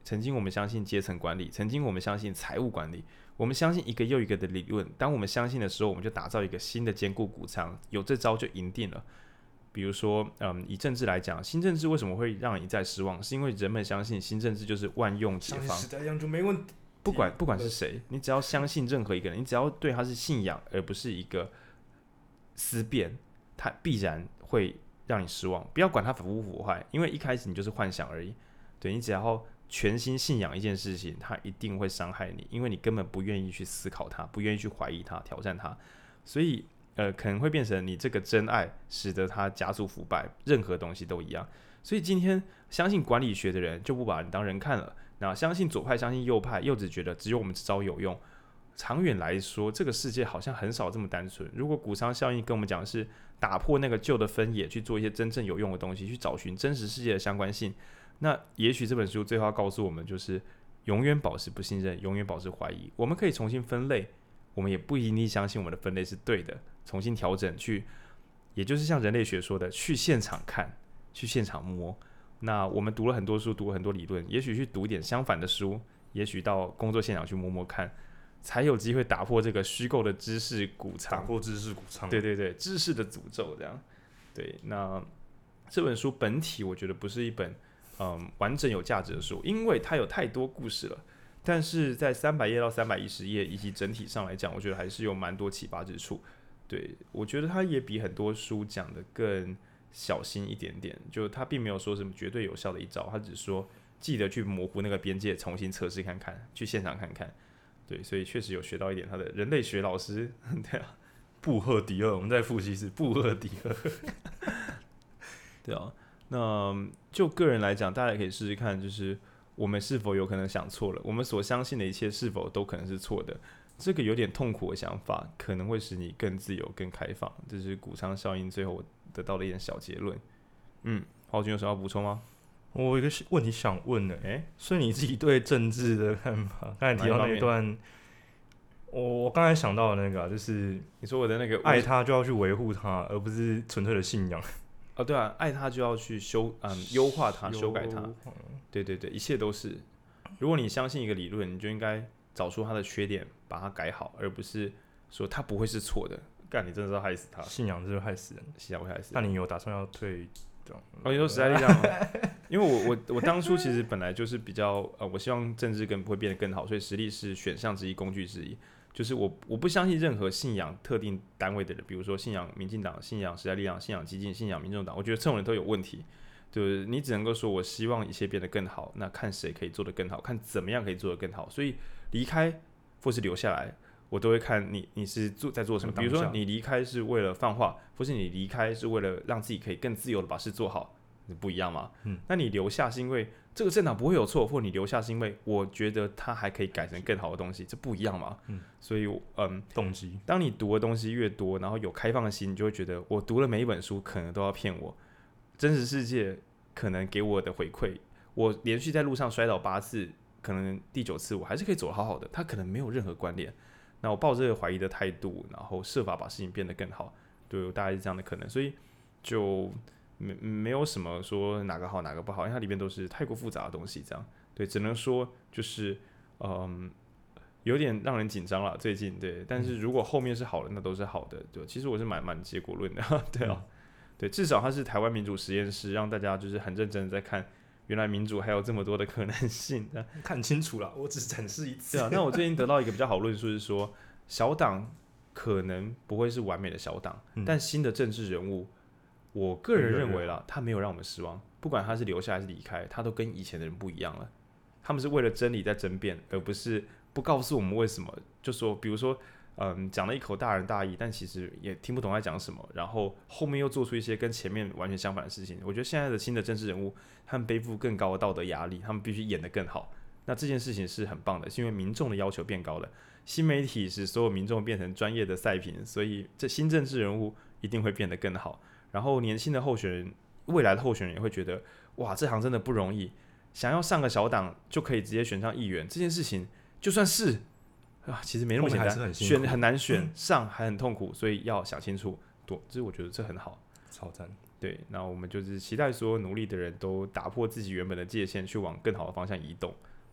曾经我们相信阶层管理，曾经我们相信财务管理，我们相信一个又一个的理论。当我们相信的时候，我们就打造一个新的坚固谷仓，有这招就赢定了。比如说，嗯，以政治来讲，新政治为什么会让人一再失望？是因为人们相信新政治就是万用解方， 时代样就没问题。 不管不管是谁，你只要相信任何一个人，你只要对他是信仰，而不是一个思辨，他必然会让你失望。不要管他腐不腐坏，因为一开始你就是幻想而已。对，你只要全心信仰一件事情，它一定会伤害你，因为你根本不愿意去思考它，不愿意去怀疑它、挑战它，所以呃可能会变成你这个真爱使得它加速腐败，任何东西都一样。所以今天相信管理学的人就不把你当人看了，那相信左派、相信右派，又只觉得只有我们这招有用。长远来说，这个世界好像很少这么单纯。如果谷仓效应跟我们讲的是打破那个旧的分野，去做一些真正有用的东西，去找寻真实世界的相关性，那也许这本书最后要告诉我们，就是永远保持不信任，永远保持怀疑。我们可以重新分类，我们也不一定相信我们的分类是对的，重新调整去，也就是像人类学说的，去现场看，去现场摸。那我们读了很多书，读了很多理论，也许去读一点相反的书，也许到工作现场去摸摸看，才有机会打破这个虚构的知识谷仓， 打破知识谷仓。 对对对，知识的诅咒这样。对，那这本书本体我觉得不是一本嗯完整有价值的书，因为它有太多故事了。但是在三百页到三百一十页以及整体上来讲，我觉得还是有蛮多启发之处。对，我觉得它也比很多书讲的更小心一点点，就它并没有说什么绝对有效的一招，它只说记得去模糊那个边界，重新测试看看，去现场看看。对，所以确实有学到一点他的人类学老师，对啊， 布赫迪厄，我们在复习是布赫迪厄， 对啊。那就个人来讲，大家也可以试试看，就是我们是否有可能想错了，我们所相信的一切是否都可能是错的。这个有点痛苦的想法，可能会使你更自由、更开放。这是谷仓效应最后得到的一点小结论。嗯，浩君有什么要补充吗？ 我有一个问题想问呢，哎，所以你自己对政治的看法？刚才提到那一段，我我刚才想到的那个、啊，就是你说我的那个爱他就要去维护他，而不是纯粹的信仰。 哦，对啊，爱他就要去修嗯优化它、修改它。对对对，一切都是。如果你相信一个理论，你就应该找出它的缺点，把它改好，而不是说它不会是错的。干，你真的是要害死他。 信仰就是害死人， 信仰会害死人。 那你有打算要退？ 哦，你说时代力量吗？因为我我我当初其实本来就是比较呃，我希望政治更会变得更好，所以实力是选项之一、工具之一。就是我我不相信任何信仰特定单位的人，比如说信仰民进党、信仰时代力量、信仰激进、信仰民众党，我觉得这种人都有问题。就是你只能够说我希望一切变得更好，那看谁可以做得更好，看怎么样可以做得更好。所以离开或是留下来，我都会看你你是做在做什么。比如说你离开是为了放话，或是你离开是为了让自己可以更自由的把事做好，不一样嘛。嗯，那你留下是因为这个政党不会有错，或你留下是因为我觉得它还可以改成更好的东西，这不一样嘛。嗯，所以嗯， 动机。 当你读的东西越多，然后有开放的心，你就会觉得我读了每一本书可能都要骗我。真实世界可能给我的回馈，我连续在路上摔倒八次，可能第九次我还是可以走得好好的，它可能没有任何关联。那我抱着这个怀疑的态度，然后设法把事情变得更好，对我大概是这样的可能，所以就没没有什么说哪个好哪个不好，因为它里面都是太过复杂的东西，这样对，只能说就是嗯有点让人紧张了最近，对，但是如果后面是好的，那都是好的，对，其实我是蛮蛮结果论的，对啊。对，至少它是台湾民主实验室，让大家就是很认真的在看，原来民主还有这么多的可能性。 看清楚了，我只展示一次。 对啊，那我最近得到一个比较好论述是说，小党可能不会是完美的小党、嗯，但新的政治人物，我个人认为啦，他没有让我们失望。不管他是留下还是离开，他都跟以前的人不一样了。他们是为了真理在争辩，而不是不告诉我们为什么。就说，比如说。嗯，讲了一口大仁大义，但其实也听不懂在讲什么，然后后面又做出一些跟前面完全相反的事情。我觉得现在的新的政治人物，他们背负更高的道德压力，他们必须演得更好。那这件事情是很棒的，是因为民众的要求变高了，新媒体使所有民众变成专业的赛评，所以这新政治人物一定会变得更好。然后年轻的候选人，未来的候选人也会觉得，哇，这行真的不容易，想要上个小党就可以直接选上议员，这件事情就算是。啊，其实没那么简单， 很选很难选，嗯、上还很痛苦，所以要想清楚。多，这我觉得这很好， 超赞。 对，那我们就是期待所有努力的人都打破自己原本的界限，去往更好的方向移动。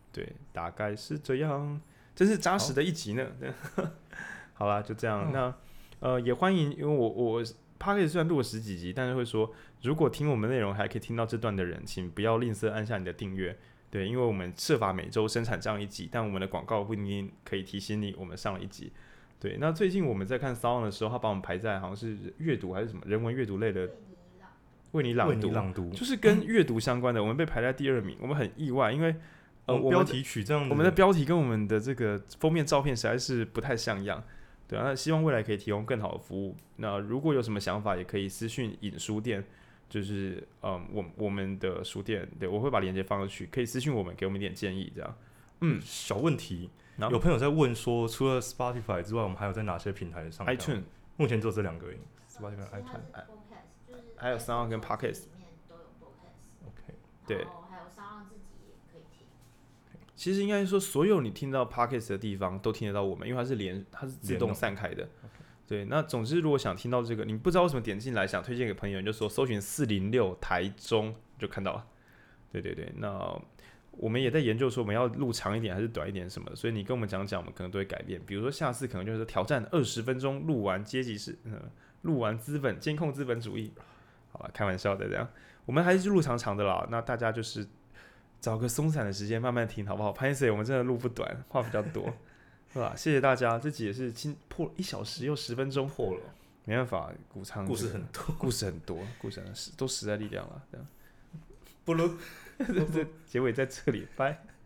对，大概是这样，真是扎实的一集呢。好啦，就这样。嗯、那呃，也欢迎，因为我我 Podcast 虽然录了十几集，但是会说，如果听我们内容还可以听到这段的人，请不要吝啬按下你的订阅。对，因为我们设法每周生产这样一集，但我们的广告不一定可以提醒你我们上了一集。对，那最近我们在看 Sound 的时候，他把我们排在好像是阅读还是什么人文阅读类的。为你朗读， 朗读就是跟阅读相关的，我们被排在第二名，我们很意外，因为呃， 我们标题取这样子， 我们的标题跟我们的这个封面照片实在是不太像样，对啊，那希望未来可以提供更好的服务。那如果有什么想法，也可以私讯影书店，就是嗯，我我们的书店，对我会把链接放上去，可以私讯我们，给我们一点建议，这样。嗯， 小问题，有朋友在问说，除了 Spotify 之外，我们还有在哪些平台上 ？iTunes 目前做这两个而已 ，Spotify、iTunes。 还有 Sound 跟 Podcast， OK， 对， 还有 Sound 自己也可以听。 其实应该说，所有你听到 Podcast 的地方都听得到我们，因为它是连它是自动散开的。Okay. 对，那总之如果想听到这个，你不知道为什么点进来想推荐给朋友，你就说搜寻四零六台中就看到了。对对对，那我们也在研究说我们要录长一点还是短一点什么的，所以你跟我们讲讲，我们可能都会改变。比如说下次可能就是挑战二十分钟录完阶级式，嗯，录完资本监控资本主义。好吧，开玩笑的这样，我们还是录长长的啦。那大家就是找个松散的时间慢慢听，好不好？拍摄我们真的录不短，话比较多，是吧？谢谢大家，这集也是破了一小时又十分钟， 破了， 没办法，谷仓、这個、 故事很多， 故事很多，故事很都时代力量了，这样。 不如这结尾在这里，拜。